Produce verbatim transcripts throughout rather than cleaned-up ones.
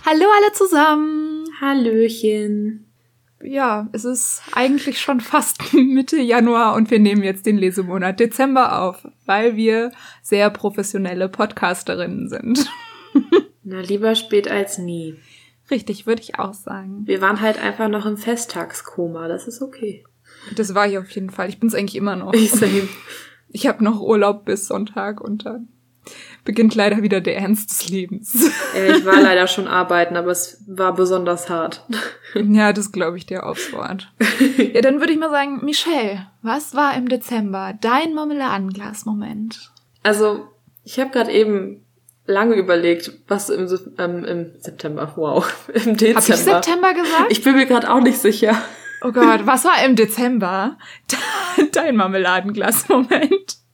Hallo alle zusammen. Hallöchen. Ja, es ist eigentlich schon fast Mitte Januar und wir nehmen jetzt den Lesemonat Dezember auf, weil wir sehr professionelle Podcasterinnen sind. Na, lieber spät als nie. Richtig, würde ich auch sagen. Wir waren halt einfach noch im Festtagskoma, das ist okay. Das war ich auf jeden Fall. Ich bin es eigentlich immer noch. Ich same. Ich habe noch Urlaub bis Sonntag und dann beginnt leider wieder der Ernst des Lebens. Ja, ich war leider schon arbeiten, aber es war besonders hart. Ja, das glaube ich dir aufs Wort. Ja, dann würde ich mal sagen, Michelle, was war im Dezember dein Marmeladenglas-Moment? Also, ich habe gerade eben lange überlegt, was im, ähm, im September, wow, im Dezember. Hab ich September gesagt? Ich bin mir gerade auch nicht sicher. Oh Gott, was war im Dezember dein Marmeladenglas-Moment?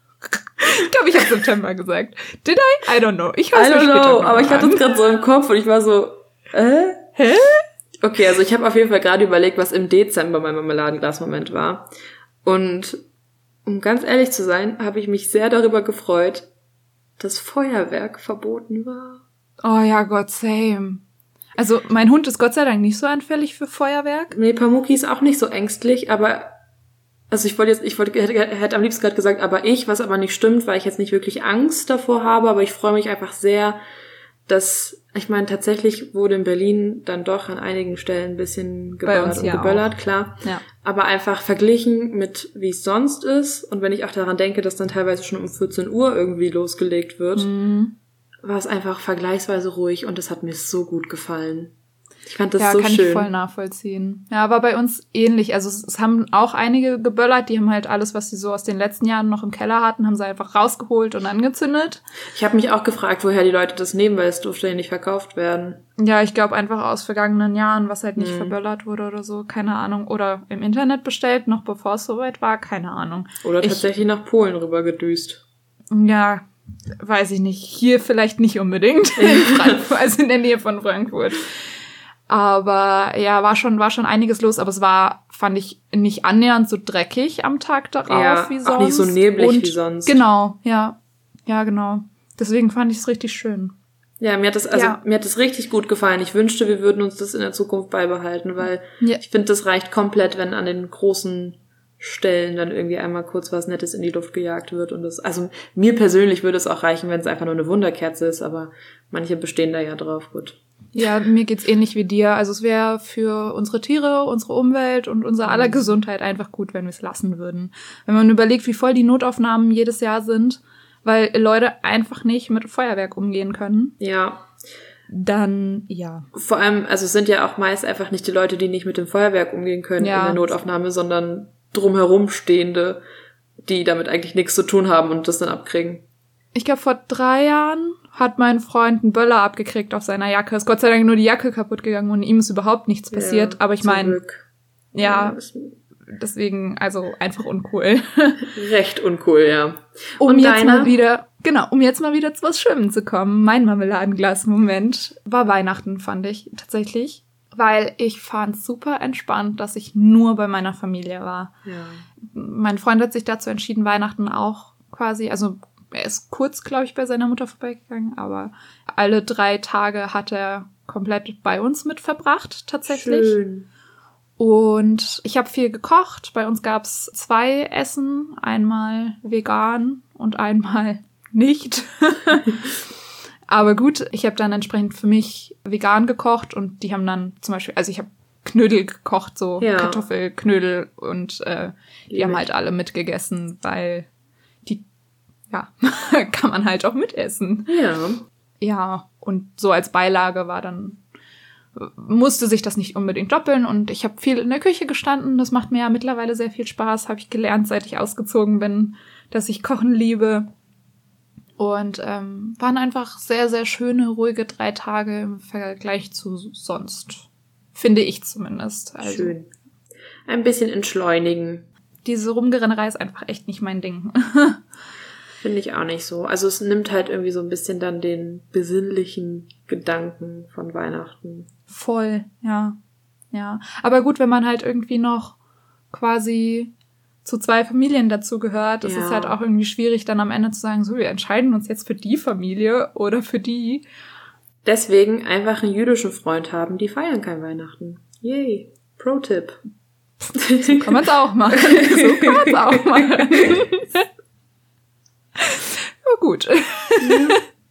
Ich glaube, ich habe September gesagt. Did I? I don't know. Ich weiß I don't know, aber ich hatte es gerade so im Kopf und ich war so, äh? Hä? Okay, also ich habe auf jeden Fall gerade überlegt, was im Dezember mein Marmeladenglas-Moment war. Und um ganz ehrlich zu sein, habe ich mich sehr darüber gefreut, dass Feuerwerk verboten war. Oh ja, Gott, same. Also mein Hund ist Gott sei Dank nicht so anfällig für Feuerwerk. Nee, Pamuki ist auch nicht so ängstlich, aber also ich wollte jetzt, ich wollte, hätte, hätte am liebsten gerade gesagt, aber ich, was aber nicht stimmt, weil ich jetzt nicht wirklich Angst davor habe, aber ich freue mich einfach sehr, dass, ich meine, tatsächlich wurde in Berlin dann doch an einigen Stellen ein bisschen geböllert und geböllert, auch. Klar. Ja. Aber einfach verglichen mit, wie es sonst ist, und wenn ich auch daran denke, dass dann teilweise schon um vierzehn Uhr irgendwie losgelegt wird, mhm. war es einfach vergleichsweise ruhig und es hat mir so gut gefallen. Ich fand das ja, so schön. Ja, kann ich voll nachvollziehen. Ja, war bei uns ähnlich. Also es, es haben auch einige geböllert, die haben halt alles, was sie so aus den letzten Jahren noch im Keller hatten, haben sie einfach rausgeholt und angezündet. Ich habe mich auch gefragt, woher die Leute das nehmen, weil es durfte ja nicht verkauft werden. Ja, ich glaube einfach aus vergangenen Jahren, was halt nicht hm. verböllert wurde oder so, keine Ahnung. Oder im Internet bestellt, noch bevor es soweit war, keine Ahnung. Oder ich, tatsächlich nach Polen rüber gedüst. Ja, weiß ich nicht. Hier vielleicht nicht unbedingt. In Frankfurt, also in der Nähe von Frankfurt. Aber ja, war schon war schon einiges los, aber es war, fand ich, nicht annähernd so dreckig am Tag darauf ja, wie sonst. Auch nicht so neblig und wie sonst. Genau, ja. Ja, genau. Deswegen fand ich es richtig schön. Ja, mir hat das also ja. mir hat das richtig gut gefallen. Ich wünschte, wir würden uns das in der Zukunft beibehalten, weil ja. ich finde, das reicht komplett, wenn an den großen Stellen dann irgendwie einmal kurz was Nettes in die Luft gejagt wird und das, also mir persönlich würde es auch reichen, wenn es einfach nur eine Wunderkerze ist, aber manche bestehen da ja drauf, gut. Ja, mir geht's ähnlich wie dir. Also es wäre für unsere Tiere, unsere Umwelt und unser aller Gesundheit einfach gut, wenn wir es lassen würden. Wenn man überlegt, wie voll die Notaufnahmen jedes Jahr sind, weil Leute einfach nicht mit Feuerwerk umgehen können. Ja. Dann, ja. Vor allem, also es sind ja auch meist einfach nicht die Leute, die nicht mit dem Feuerwerk umgehen können ja. in der Notaufnahme, sondern drumherum Stehende, die damit eigentlich nichts zu tun haben und das dann abkriegen. Ich glaube, vor drei Jahren hat mein Freund einen Böller abgekriegt auf seiner Jacke. Ist Gott sei Dank nur die Jacke kaputt gegangen und ihm ist überhaupt nichts passiert. Ja, aber ich meine, ja, ja deswegen, also einfach uncool. Recht uncool, ja. Um und jetzt deiner? mal wieder, genau, um jetzt mal wieder zu was Schwimmen zu kommen. Mein Marmeladenglas-Moment war Weihnachten, fand ich tatsächlich. Weil ich fand es super entspannt, dass ich nur bei meiner Familie war. Ja. Mein Freund hat sich dazu entschieden, Weihnachten auch quasi, also er ist kurz, glaube ich, bei seiner Mutter vorbeigegangen, aber alle drei Tage hat er komplett bei uns mit verbracht, tatsächlich. Schön. Und ich habe viel gekocht. Bei uns gab es zwei Essen, einmal vegan und einmal nicht. Aber gut, ich habe dann entsprechend für mich vegan gekocht und die haben dann zum Beispiel, also ich habe Knödel gekocht, so ja. Kartoffelknödel und äh, die Lieb haben halt alle mitgegessen, weil die, ja, kann man halt auch mitessen. Ja. Ja, und so als Beilage war dann, musste sich das nicht unbedingt doppeln und ich habe viel in der Küche gestanden. Das macht mir ja mittlerweile sehr viel Spaß, habe ich gelernt, seit ich ausgezogen bin, dass ich Kochen liebe. Und ähm, waren einfach sehr, sehr schöne, ruhige drei Tage im Vergleich zu sonst. Finde ich zumindest. Also, schön. Ein bisschen entschleunigen. Diese Rumgerennerei ist einfach echt nicht mein Ding. Finde ich auch nicht so. Also es nimmt halt irgendwie so ein bisschen dann den besinnlichen Gedanken von Weihnachten. Voll, ja. Ja. Aber gut, wenn man halt irgendwie noch quasi zu zwei Familien dazu gehört, das ja. ist halt auch irgendwie schwierig, dann am Ende zu sagen, so, wir entscheiden uns jetzt für die Familie oder für die. deswegen einfach einen jüdischen Freund haben, die feiern kein Weihnachten. Yay. Pro-Tipp. So kann man es auch machen. So kann man es auch machen. Oh, gut. Ja.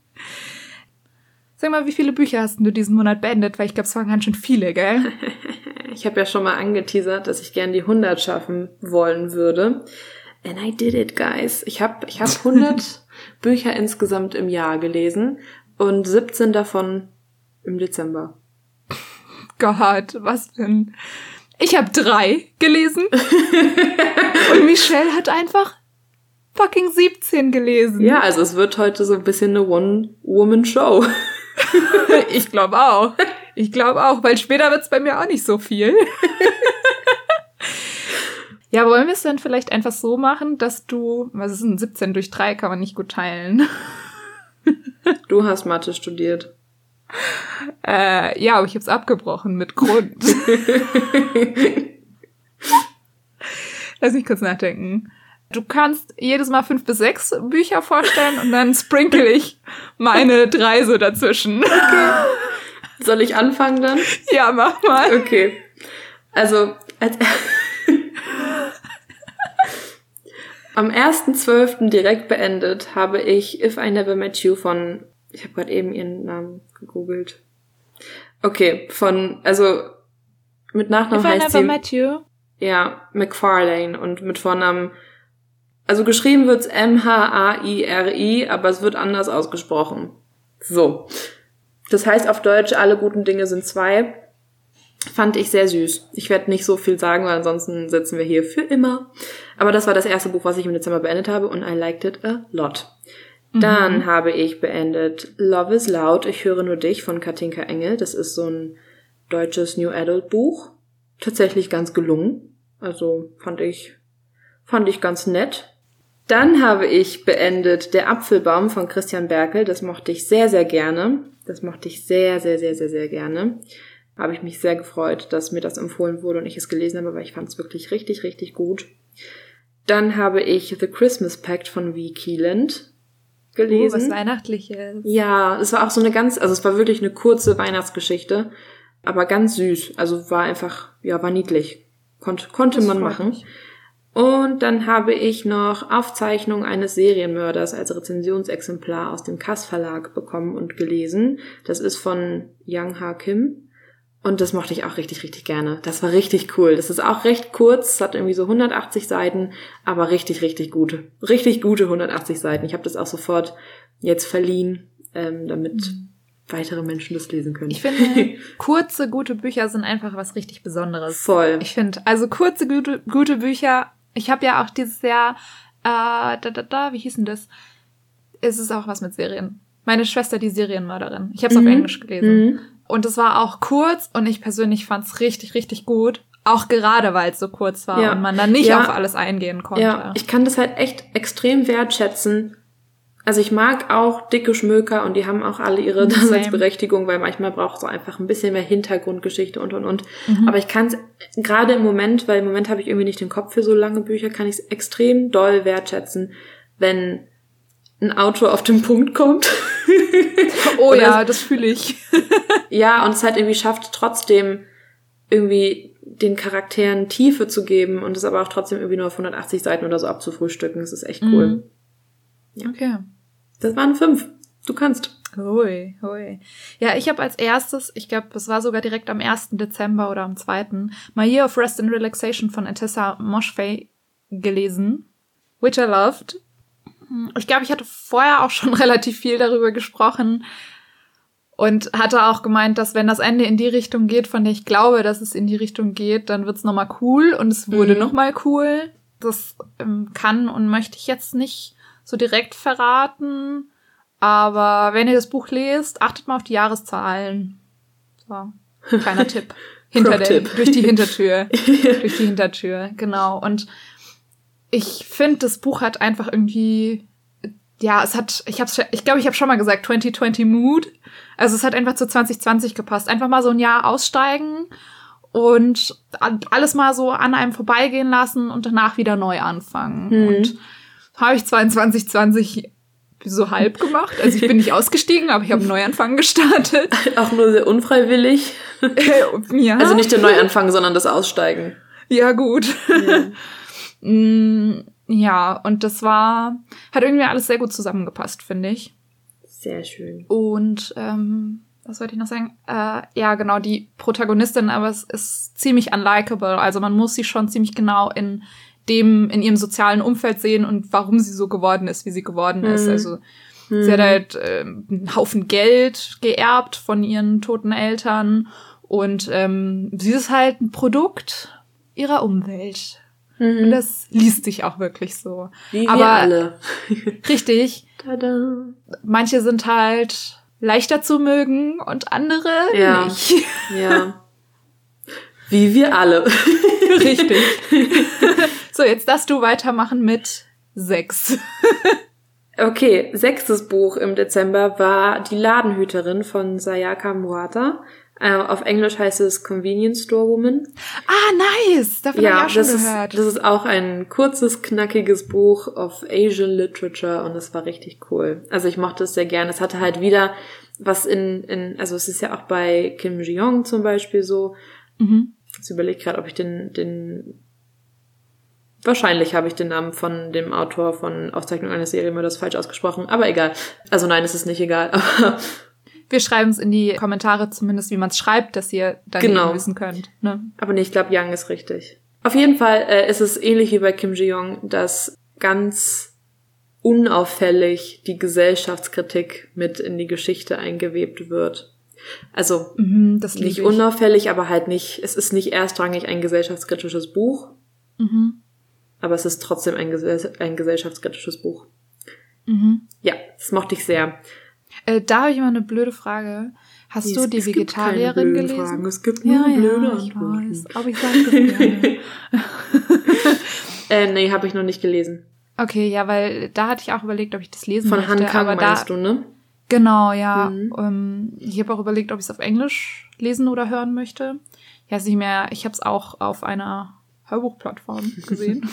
Sag mal, wie viele Bücher hast du diesen Monat beendet? Weil ich glaube, es waren ganz schön viele, gell? Ich habe ja schon mal angeteasert, dass ich gern die hundert schaffen wollen würde. And I did it, guys. Ich habe ich hab hundert Bücher insgesamt im Jahr gelesen und siebzehn davon im Dezember. Gott, was denn? Ich habe drei gelesen und Michelle hat einfach fucking siebzehn gelesen. Ja, also es wird heute so ein bisschen eine One-Woman-Show. Ich glaube auch. Ich glaube auch, weil später wird's bei mir auch nicht so viel. Ja, wollen wir es dann vielleicht einfach so machen, dass du, was ist denn siebzehn durch drei, kann man nicht gut teilen. Du hast Mathe studiert. Äh, ja, aber ich hab's abgebrochen mit Grund. Lass mich kurz nachdenken. Du kannst jedes Mal fünf bis sechs Bücher vorstellen und dann sprinkle ich meine drei so dazwischen. Okay. Soll ich anfangen dann? Ja, mach mal. Okay. Also, als am ersten zwölften direkt beendet habe ich If I Never Met You von, ich habe gerade eben ihren Namen gegoogelt. Okay, von, also mit Nachnamen heißt sie... If I Never Met You? Ja, McFarlane und mit Vornamen, also geschrieben wird's M H A I R I, aber es wird anders ausgesprochen. So. Das heißt auf Deutsch, alle guten Dinge sind zwei. Fand ich sehr süß. Ich werde nicht so viel sagen, weil ansonsten sitzen wir hier für immer. Aber das war das erste Buch, was ich im Dezember beendet habe und I liked it a lot. Mhm. Dann habe ich beendet Love is Loud, ich höre nur dich von Katinka Engel. Das ist so ein deutsches New Adult Buch. Tatsächlich ganz gelungen. Also fand ich, fand ich ganz nett. Dann habe ich beendet Der Apfelbaum von Christian Berkel. Das mochte ich sehr, sehr gerne. Das mochte ich sehr, sehr, sehr, sehr, sehr gerne. Habe ich mich sehr gefreut, dass mir das empfohlen wurde und ich es gelesen habe, weil ich fand es wirklich richtig, richtig gut. Dann habe ich The Christmas Pact von V. Keeland gelesen. Oh, was Weihnachtliches. Ja, es war auch so eine ganz, also es war wirklich eine kurze Weihnachtsgeschichte, aber ganz süß. Also war einfach, ja, war niedlich. Konnte, konnte man machen. Mich. Und dann habe ich noch Aufzeichnung eines Serienmörders als Rezensionsexemplar aus dem Kass Verlag bekommen und gelesen. Das ist von Young Ha Kim. Und das mochte ich auch richtig, richtig gerne. Das war richtig cool. Das ist auch recht kurz, es hat irgendwie so hundertachtzig Seiten, aber richtig, richtig gute. Richtig gute hundertachtzig Seiten. Ich habe das auch sofort jetzt verliehen, ähm, damit mhm. weitere Menschen das lesen können. Ich finde, kurze, gute Bücher sind einfach was richtig Besonderes. Voll. Ich finde, also kurze, gute, gute Bücher, ich habe ja auch dieses Jahr, äh, da, da, da, wie hieß denn das? Es ist auch was mit Serien. Meine Schwester, die Serienmörderin. Ich habe es mhm. auf Englisch gelesen. Mhm. Und es war auch kurz und ich persönlich fand es richtig, richtig gut. Auch gerade, weil es so kurz war ja. und man dann nicht ja. auf alles eingehen konnte. Ja, ich kann das halt echt extrem wertschätzen. Also ich mag auch dicke Schmöker und die haben auch alle ihre Daseinsberechtigung, weil manchmal braucht es auch einfach ein bisschen mehr Hintergrundgeschichte und, und, und. Mhm. Aber ich kann es gerade im Moment, weil im Moment habe ich irgendwie nicht den Kopf für so lange Bücher, kann ich es extrem doll wertschätzen, wenn ein Autor auf den Punkt kommt. Oh ja, das fühle ich. Ja, und es halt irgendwie schafft, trotzdem irgendwie den Charakteren Tiefe zu geben und es aber auch trotzdem irgendwie nur auf hundertachtzig Seiten oder so abzufrühstücken. Das ist echt cool. Mhm. Ja. Okay. Das waren fünf. Du kannst. Hui, hui. Ja, ich habe als erstes, ich glaube, es war sogar direkt am ersten Dezember oder am zweiten My Year of Rest and Relaxation von Entessa Moshfegh gelesen, which I loved. Ich glaube, ich hatte vorher auch schon relativ viel darüber gesprochen und hatte auch gemeint, dass wenn das Ende in die Richtung geht, von der ich glaube, dass es in die Richtung geht, dann wird's nochmal cool und es wurde mhm. nochmal cool. Das ähm, kann und möchte ich jetzt nicht so direkt verraten, aber wenn ihr das Buch lest, achtet mal auf die Jahreszahlen. So, kleiner Tipp. Hinter der, durch die Hintertür. durch die Hintertür, genau. Und ich finde, das Buch hat einfach irgendwie, ja, es hat, ich hab's, ich glaube, ich habe schon mal gesagt, zwanzig zwanzig Mood. Also es hat einfach zu zwanzig zwanzig gepasst. Einfach mal so ein Jahr aussteigen und alles mal so an einem vorbeigehen lassen und danach wieder neu anfangen. Hm. Und habe ich zwar in zwanzig zwanzig so halb gemacht. Also ich bin nicht ausgestiegen, aber ich habe einen Neuanfang gestartet. Auch nur sehr unfreiwillig. Ja. Also nicht der Neuanfang, sondern das Aussteigen. Ja, gut. Ja. Ja, und das war, hat irgendwie alles sehr gut zusammengepasst, finde ich. Sehr schön. Und, ähm, was wollte ich noch sagen? Äh, ja, genau, die Protagonistin, aber es ist ziemlich unlikable. Also man muss sie schon ziemlich genau in dem, in ihrem sozialen Umfeld sehen und warum sie so geworden ist, wie sie geworden ist. Mhm. Also mhm. sie hat halt äh, einen Haufen Geld geerbt von ihren toten Eltern und ähm, sie ist halt ein Produkt ihrer Umwelt. Mhm. Und das liest sich auch wirklich so. Wie aber wir alle. Richtig. Tada. Manche sind halt leichter zu mögen und andere ja. nicht. Ja. Wie wir alle. Richtig. So, jetzt darfst du weitermachen mit sechs. Okay, sechstes Buch im Dezember war Die Ladenhüterin von Sayaka Murata. Äh, auf Englisch heißt es Convenience Store Woman. Ah, nice! Davon ja, habe ich auch schon das gehört. Ist, das ist auch ein kurzes, knackiges Buch of Asian Literature und es war richtig cool. Also ich mochte es sehr gern. Es hatte halt wieder was in, in also es ist ja auch bei Kim Ji-young zum Beispiel so. Mhm. Ich überlege gerade, ob ich den, den wahrscheinlich habe ich den Namen von dem Autor von Aufzeichnung einer Serie immer das falsch ausgesprochen, aber egal. Also nein, es ist nicht egal. Wir schreiben es in die Kommentare zumindest, wie man es schreibt, dass ihr dann genau. eben wissen könnt. Ne? Aber nee, ich glaube, Young ist richtig. Auf jeden Fall äh, ist es ähnlich wie bei Kim Ji-young, dass ganz unauffällig die Gesellschaftskritik mit in die Geschichte eingewebt wird. Also mhm, das nicht ich. unauffällig, aber halt nicht, es ist nicht erstrangig ein gesellschaftskritisches Buch, mhm. aber es ist trotzdem ein, Gesell- ein gesellschaftskritisches Buch. Mhm. Ja, das mochte ich sehr. Äh, da habe ich mal eine blöde Frage. Hast Nee, du es, die es Vegetarierin gibt keine gelesen? Fragen. Es gibt nur ja, blöde ja, ich Antworten. weiß, aber ich sage das gerne. äh, nee, habe ich noch nicht gelesen. Okay, ja, weil da hatte ich auch überlegt, ob ich das lesen Von möchte. Han Kang aber meinst da, du, ne? Genau, ja. Mhm. Ähm, ich habe auch überlegt, ob ich es auf Englisch lesen oder hören möchte. Ich weiß nicht mehr, ich habe es auch auf einer Hörbuchplattform gesehen.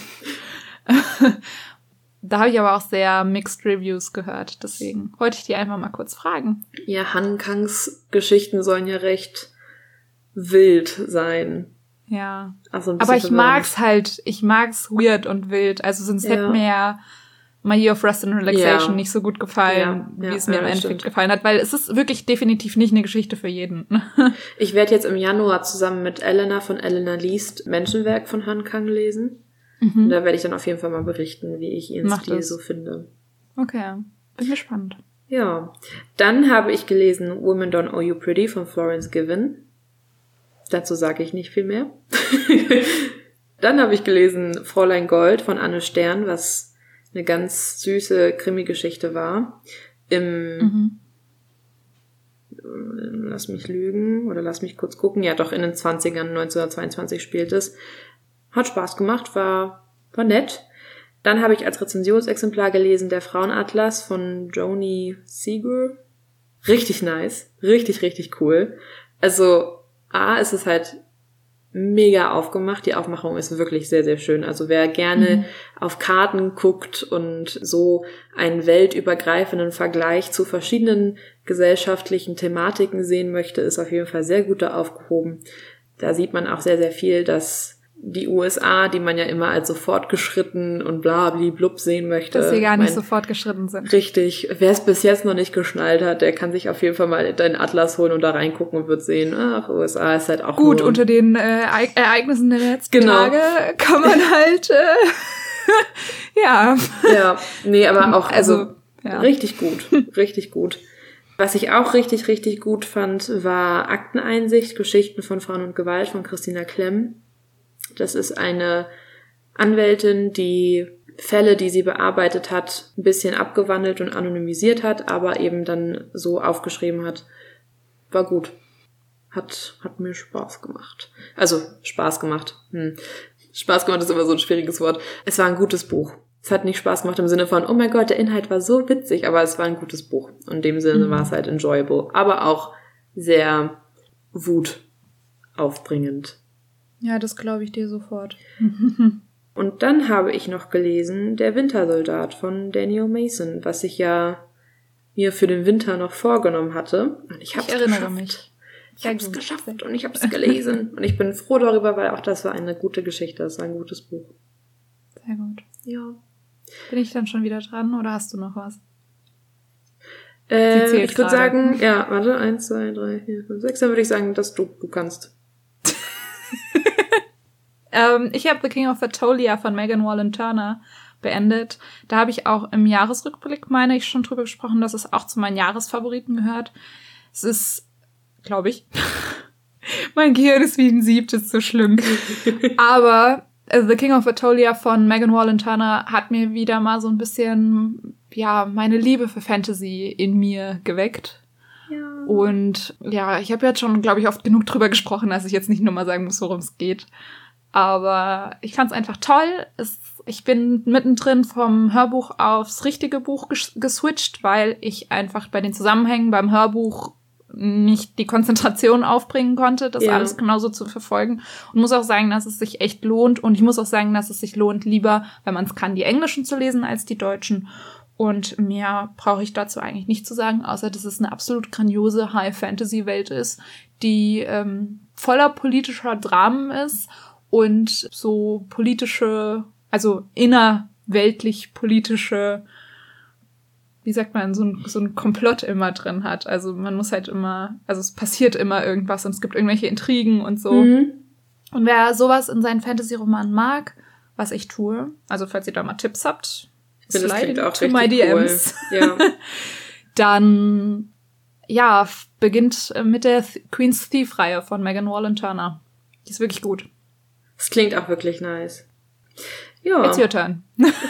Da habe ich aber auch sehr mixed Reviews gehört. Deswegen wollte ich die einfach mal kurz fragen. Ja, Han Kangs Geschichten sollen ja recht wild sein. Ja. Also ein bisschen aber ich verwirrend. mag's halt, ich mag's weird und wild. Also sonst Ja. hätte mir ja My Year of Rest and Relaxation Ja. nicht so gut gefallen, Ja, wie ja, es mir ja, im das Endeffekt stimmt. gefallen hat. Weil es ist wirklich definitiv nicht eine Geschichte für jeden. Ich werde jetzt im Januar zusammen mit Elena von Elena liest Menschenwerk von Han Kang lesen. Mhm. Und da werde ich dann auf jeden Fall mal berichten, wie ich ihren Mach Stil das. so finde. Okay, bin gespannt. Ja, dann habe ich gelesen Women Don't Owe You Pretty von Florence Given. Dazu sage ich nicht viel mehr. Dann habe ich gelesen Fräulein Gold von Anne Stern, was eine ganz süße Krimi-Geschichte war. Im, Mhm. lass mich lügen oder lass mich kurz gucken. Ja, doch in den zwanzigern, neunzehnhundertzweiundzwanzig spielt es. Hat Spaß gemacht, war, war nett. Dann habe ich als Rezensionsexemplar gelesen Der Frauenatlas von Joni Segur. Richtig nice. Richtig, richtig cool. Also, A, es ist halt mega aufgemacht. Die Aufmachung ist wirklich sehr, sehr schön. Also wer gerne Mhm. auf Karten guckt und so einen weltübergreifenden Vergleich zu verschiedenen gesellschaftlichen Thematiken sehen möchte, ist auf jeden Fall sehr gut da aufgehoben. Da sieht man auch sehr, sehr viel, dass die U S A, die man ja immer als so fortgeschritten und blabli-blub sehen möchte. Dass sie gar nicht mein, so fortgeschritten sind. Richtig. Wer es bis jetzt noch nicht geschnallt hat, der kann sich auf jeden Fall mal deinen Atlas holen und da reingucken und wird sehen, ach, U S A ist halt auch Gut, nur unter den äh, Ereig- Ereignissen der letzten Genau. Tage kann man halt, äh, ja. Ja, nee, aber auch, also, Also, ja. richtig gut, richtig gut. Was ich auch richtig, richtig gut fand, war Akteneinsicht, Geschichten von Frauen und Gewalt von Christina Klemm. Das ist eine Anwältin, die Fälle, die sie bearbeitet hat, ein bisschen abgewandelt und anonymisiert hat, aber eben dann so aufgeschrieben hat. War gut. Hat, hat mir Spaß gemacht. Also, Spaß gemacht. Hm. Spaß gemacht ist immer so ein schwieriges Wort. Es war ein gutes Buch. Es hat nicht Spaß gemacht im Sinne von, oh mein Gott, der Inhalt war so witzig, aber es war ein gutes Buch. Und in dem Sinne Mhm. war es halt enjoyable, aber auch sehr wutaufbringend. Ja, das glaube ich dir sofort. Und dann habe ich noch gelesen Der Wintersoldat von Daniel Mason, was ich ja mir für den Winter noch vorgenommen hatte. Und ich habe es geschafft. Mich. Ich habe es geschafft und ich habe es gelesen. Und ich bin froh darüber, weil auch das war eine gute Geschichte. Das war ein gutes Buch. Sehr gut. Ja. Bin ich dann schon wieder dran oder hast du noch was? Äh, ich würde sagen, ja, warte, eins, zwei, drei, vier, fünf, sechs. Dann würde ich sagen, dass du, du kannst. ähm, ich habe The King of Attolia von Megan Wallen Turner beendet. Da habe ich auch im Jahresrückblick, meine ich, schon drüber gesprochen, dass es auch zu meinen Jahresfavoriten gehört. Es ist, glaube ich, mein Gehirn ist wie ein Sieb, das ist so schlimm. Aber The King of Attolia von Megan Wallen Turner hat mir wieder mal so ein bisschen, ja, meine Liebe für Fantasy in mir geweckt. Ja. Und ja, ich habe jetzt schon, glaube ich, oft genug drüber gesprochen, dass ich jetzt nicht nur mal sagen muss, worum es geht. Aber ich fand es einfach toll. Es, ich bin mittendrin vom Hörbuch aufs richtige Buch ges- geswitcht, weil ich einfach bei den Zusammenhängen beim Hörbuch nicht die Konzentration aufbringen konnte, das ja. alles genauso zu verfolgen. Und muss auch sagen, dass es sich echt lohnt. Und ich muss auch sagen, dass es sich lohnt, lieber, wenn man es kann, die Englischen zu lesen als die Deutschen. Und mehr brauche ich dazu eigentlich nicht zu sagen, außer dass es eine absolut grandiose High-Fantasy-Welt ist, die ähm, voller politischer Dramen ist und so politische, also innerweltlich politische, wie sagt man, so ein, so ein Komplott immer drin hat. Also man muss halt immer, also es passiert immer irgendwas und es gibt irgendwelche Intrigen und so. Mhm. Und wer sowas in seinen Fantasy-Romanen mag, was ich tue, also falls ihr da mal Tipps habt, slide auch to my D Ms. Cool. Ja. Dann, ja, beginnt mit der Queen's Thief-Reihe von Megan Wallen Turner. Die ist wirklich gut. Das klingt auch wirklich nice. Ja. It's your turn.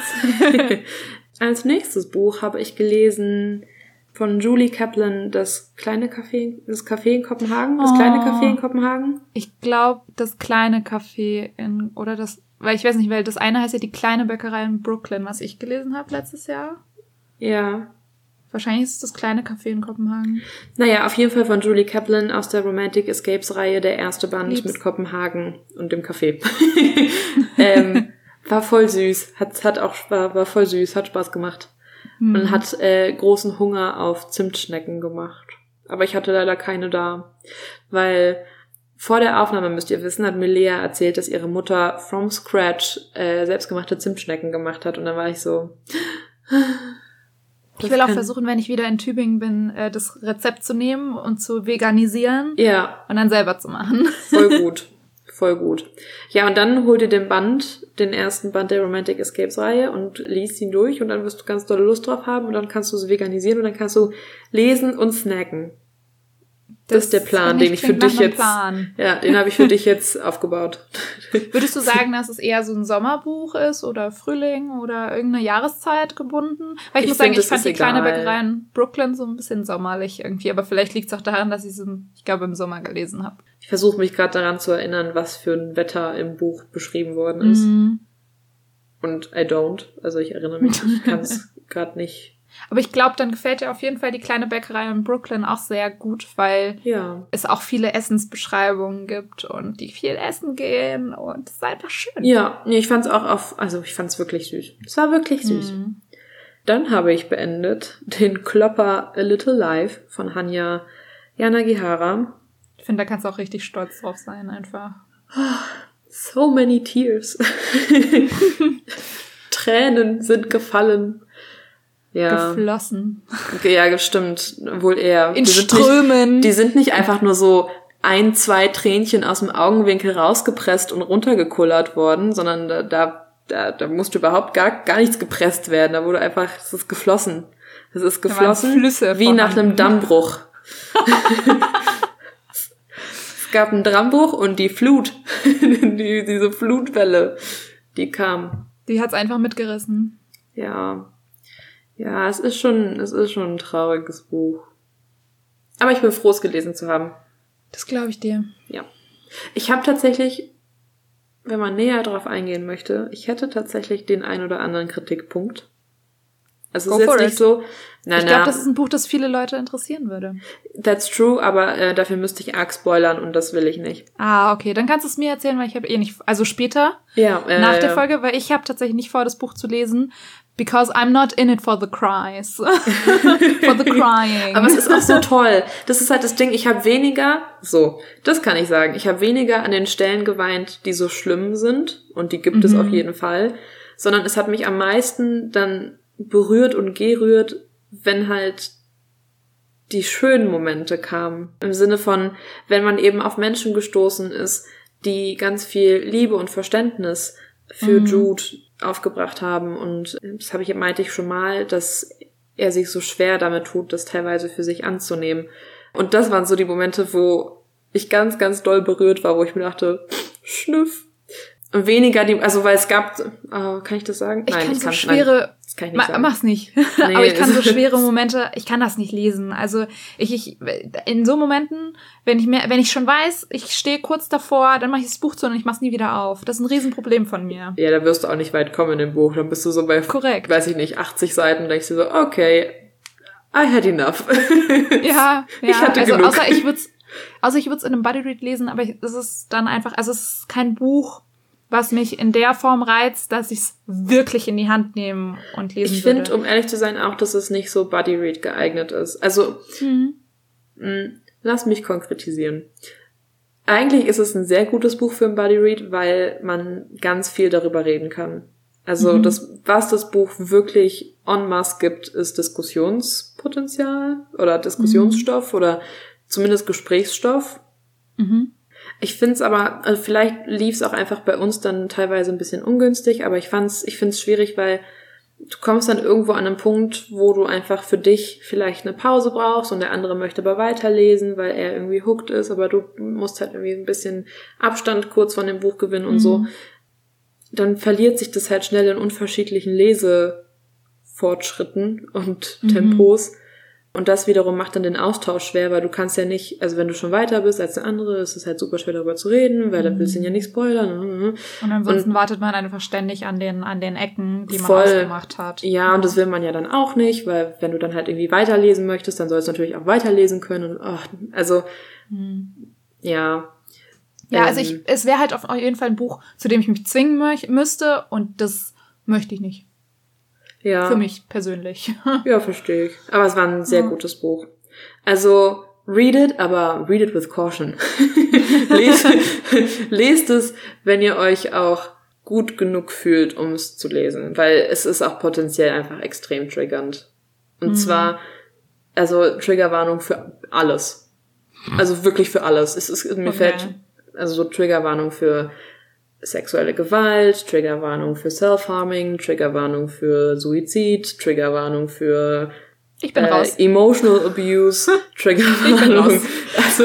Als nächstes Buch habe ich gelesen von Julie Kaplan, das kleine Café, das Café in Kopenhagen, das oh. kleine Café in Kopenhagen. Ich glaube, das kleine Café in, oder das, weil ich weiß nicht, weil das eine heißt ja die kleine Bäckerei in Brooklyn, was ich gelesen habe letztes Jahr. Ja. Wahrscheinlich ist es das kleine Café in Kopenhagen. Naja, auf jeden Fall von Julie Kaplan aus der Romantic Escapes Reihe, der erste Band Lieb's. Mit Kopenhagen und dem Café. ähm, war voll süß, hat, hat auch, war, war voll süß, hat Spaß gemacht. Hm. Und hat äh, großen Hunger auf Zimtschnecken gemacht. Aber ich hatte leider keine da, weil vor der Aufnahme, müsst ihr wissen, hat mir Lea erzählt, dass ihre Mutter from scratch äh, selbstgemachte Zimtschnecken gemacht hat. Und dann war ich so... Ich will auch versuchen, wenn ich wieder in Tübingen bin, das Rezept zu nehmen und zu veganisieren. Ja. Und dann selber zu machen. Voll gut. Voll gut. Ja, und dann hol dir den Band, den ersten Band der Romantic Escapes Reihe und liest ihn durch und dann wirst du ganz dolle Lust drauf haben und dann kannst du es veganisieren und dann kannst du lesen und snacken. Das, das ist der Plan, den ich für dich jetzt, Plan. ja, den habe ich für dich jetzt aufgebaut. Würdest du sagen, dass es eher so ein Sommerbuch ist oder Frühling oder irgendeine Jahreszeit gebunden? Weil ich, ich muss sagen, ich fand die egal. Kleine Bäckerei in Brooklyn so ein bisschen sommerlich irgendwie, aber vielleicht liegt es auch daran, dass ich es, ich glaube, im Sommer gelesen habe. Ich versuche mich gerade daran zu erinnern, was für ein Wetter im Buch beschrieben worden ist. Mm. Und I don't, also ich erinnere mich, ich kann es gerade nicht. Aber ich glaube, dann gefällt dir auf jeden Fall die kleine Bäckerei in Brooklyn auch sehr gut, weil ja. es auch viele Essensbeschreibungen gibt und die viel essen gehen und es ist einfach schön. Ja, nee, ich fand's auch auf, also ich fand's wirklich süß. Es war wirklich süß. Mhm. Dann habe ich beendet den Klopper A Little Life von Hanya Yanagihara. Ich finde, da kannst du auch richtig stolz drauf sein, einfach. So many tears. Tränen sind gefallen. Ja. Geflossen. Ja, gestimmt. Wohl eher. In die Strömen. Sind nicht, die sind nicht einfach nur so ein, zwei Tränchen aus dem Augenwinkel rausgepresst und runtergekullert worden, sondern da, da, da, da musste überhaupt gar, gar nichts gepresst werden. Da wurde einfach, es ist geflossen. Es ist geflossen Flüsse wie vorhanden. Nach einem Dammbruch. Es gab einen Dammbruch und die Flut, die, diese Flutwelle, die kam. Die hat's einfach mitgerissen. Ja. Ja, es ist schon, es ist schon ein trauriges Buch. Aber ich bin froh, es gelesen zu haben. Das glaube ich dir. Ja. Ich habe tatsächlich, wenn man näher drauf eingehen möchte, ich hätte tatsächlich den ein oder anderen Kritikpunkt. Also es ist jetzt nicht it. so... Na, ich glaube, das ist ein Buch, das viele Leute interessieren würde. That's true, aber äh, dafür müsste ich arg spoilern und das will ich nicht. Ah, okay. Dann kannst du es mir erzählen, weil ich habe eh nicht... Also später, ja, äh, nach der ja. Folge, weil ich habe tatsächlich nicht vor, das Buch zu lesen, because I'm not in it for the cries. For the crying. Aber es ist auch so toll. Das ist halt das Ding, ich habe weniger... So, das kann ich sagen. Ich habe weniger an den Stellen geweint, die so schlimm sind. Und die gibt mhm. es auf jeden Fall. Sondern es hat mich am meisten dann berührt und gerührt, wenn halt die schönen Momente kamen. Im Sinne von, wenn man eben auf Menschen gestoßen ist, die ganz viel Liebe und Verständnis für mhm. Jude aufgebracht haben. Und das habe ich, meinte ich schon mal, dass er sich so schwer damit tut, das teilweise für sich anzunehmen. Und das waren so die Momente, wo ich ganz, ganz doll berührt war, wo ich mir dachte, Schnüff. Und weniger die, also weil es gab, oh, kann ich das sagen? Ich nein, kann ich so kann schwere, nein, das kann ich nicht ma, sagen. Mach's nicht. Nee, aber ich kann so schwere Momente, ich kann das nicht lesen. Also ich, ich in so Momenten, wenn ich mir, wenn ich schon weiß, ich stehe kurz davor, dann mache ich das Buch zu und ich mach's nie wieder auf. Das ist ein Riesenproblem von mir. Ja, da wirst du auch nicht weit kommen in dem Buch. Dann bist du so bei, Korrekt. weiß ich nicht, achtzig Seiten und denkst du so, okay, I had enough. Ja, ja. Ich hatte also genug. außer ich würde es, außer ich würde es in einem Buddy Read lesen, aber es ist dann einfach, also es ist kein Buch, was mich in der Form reizt, dass ich es wirklich in die Hand nehmen und lesen ich würde. Ich finde, um ehrlich zu sein, auch, dass es nicht so Buddy-Read geeignet ist. Also, mhm. mh, lass mich konkretisieren. Eigentlich ist es ein sehr gutes Buch für ein Buddy-Read, weil man ganz viel darüber reden kann. Also, mhm. das, was das Buch wirklich en masse gibt, ist Diskussionspotenzial oder Diskussionsstoff mhm. oder zumindest Gesprächsstoff. Mhm. Ich find's aber, also vielleicht lief's auch einfach bei uns dann teilweise ein bisschen ungünstig, aber ich fand's, ich find's schwierig, weil du kommst dann irgendwo an einen Punkt, wo du einfach für dich vielleicht eine Pause brauchst und der andere möchte aber weiterlesen, weil er irgendwie hooked ist, aber du musst halt irgendwie ein bisschen Abstand kurz von dem Buch gewinnen und mhm. so. Dann verliert sich das halt schnell in unterschiedlichen Lesefortschritten und mhm. Tempos. Und das wiederum macht dann den Austausch schwer, weil du kannst ja nicht, also wenn du schon weiter bist als der andere, ist es halt super schwer darüber zu reden, weil mhm. da willst du ihn ja nicht spoilern. Und ansonsten und wartet man einfach ständig an den, an den Ecken, die man voll, ausgemacht hat. Ja, ja, und das will man ja dann auch nicht, weil wenn du dann halt irgendwie weiterlesen möchtest, dann sollst du natürlich auch weiterlesen können. Und, ach, also, mhm. ja. Ja, ähm, also ich, es wäre halt auf jeden Fall ein Buch, zu dem ich mich zwingen mö- müsste und das möchte ich nicht. Ja. Für mich persönlich. Ja, verstehe ich. Aber es war ein sehr ja. gutes Buch. Also, read it, aber read it with caution. lest, lest es, wenn ihr euch auch gut genug fühlt, um es zu lesen. Weil es ist auch potenziell einfach extrem triggernd. Und mhm. zwar, also Triggerwarnung für alles. Also wirklich für alles. Es ist, mir okay. fällt, also so Triggerwarnung für sexuelle Gewalt, Triggerwarnung für Self-Harming, Triggerwarnung für Suizid, Triggerwarnung für ich bin äh, raus. Emotional Abuse, Triggerwarnung. Also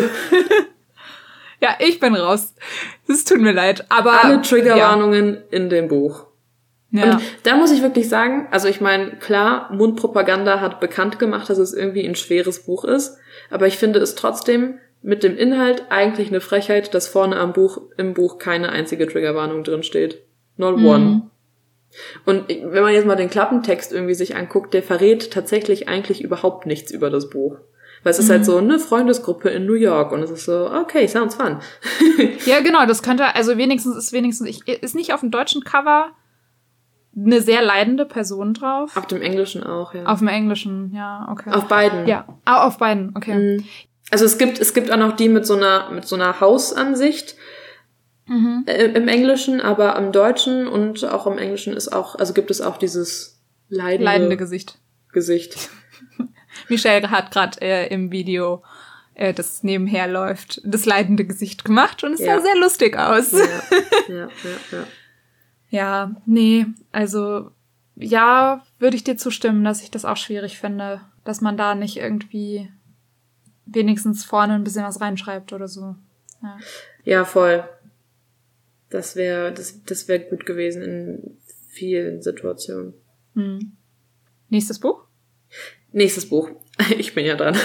ja, ich bin raus. Es tut mir leid, aber alle Triggerwarnungen ja. in dem Buch. Ja. Und da muss ich wirklich sagen, also ich meine, klar, Mundpropaganda hat bekannt gemacht, dass es irgendwie ein schweres Buch ist, aber ich finde es trotzdem mit dem Inhalt eigentlich eine Frechheit, dass vorne am Buch, im Buch keine einzige Triggerwarnung drin steht. Not one. Mhm. Und wenn man jetzt mal den Klappentext irgendwie sich anguckt, der verrät tatsächlich eigentlich überhaupt nichts über das Buch. Weil es ist mhm. halt so eine Freundesgruppe in New York und es ist so, okay, sounds fun. Ja, genau, das könnte, also wenigstens ist wenigstens, ich, ist nicht auf dem deutschen Cover eine sehr leidende Person drauf? Auf dem Englischen auch, ja. Auf dem Englischen, ja, okay. Auf beiden. Ja, ah, auf beiden, okay. Mhm. Also es gibt es gibt auch noch die mit so einer mit so einer Hausansicht mhm. äh, im Englischen, aber im Deutschen und auch im Englischen ist auch, also gibt es auch dieses leidende, leidende Gesicht. Gesicht. Michelle hat gerade äh, im Video, äh, das nebenher läuft, das leidende Gesicht gemacht und es ja. sah sehr lustig aus. Ja, ja, ja, ja. Ja, nee, also ja, würde ich dir zustimmen, dass ich das auch schwierig finde, dass man da nicht irgendwie wenigstens vorne ein bisschen was reinschreibt oder so. Ja, ja voll. Das wäre das, das wäre gut gewesen in vielen Situationen. Hm. Nächstes Buch? Nächstes Buch. Ich bin ja dran.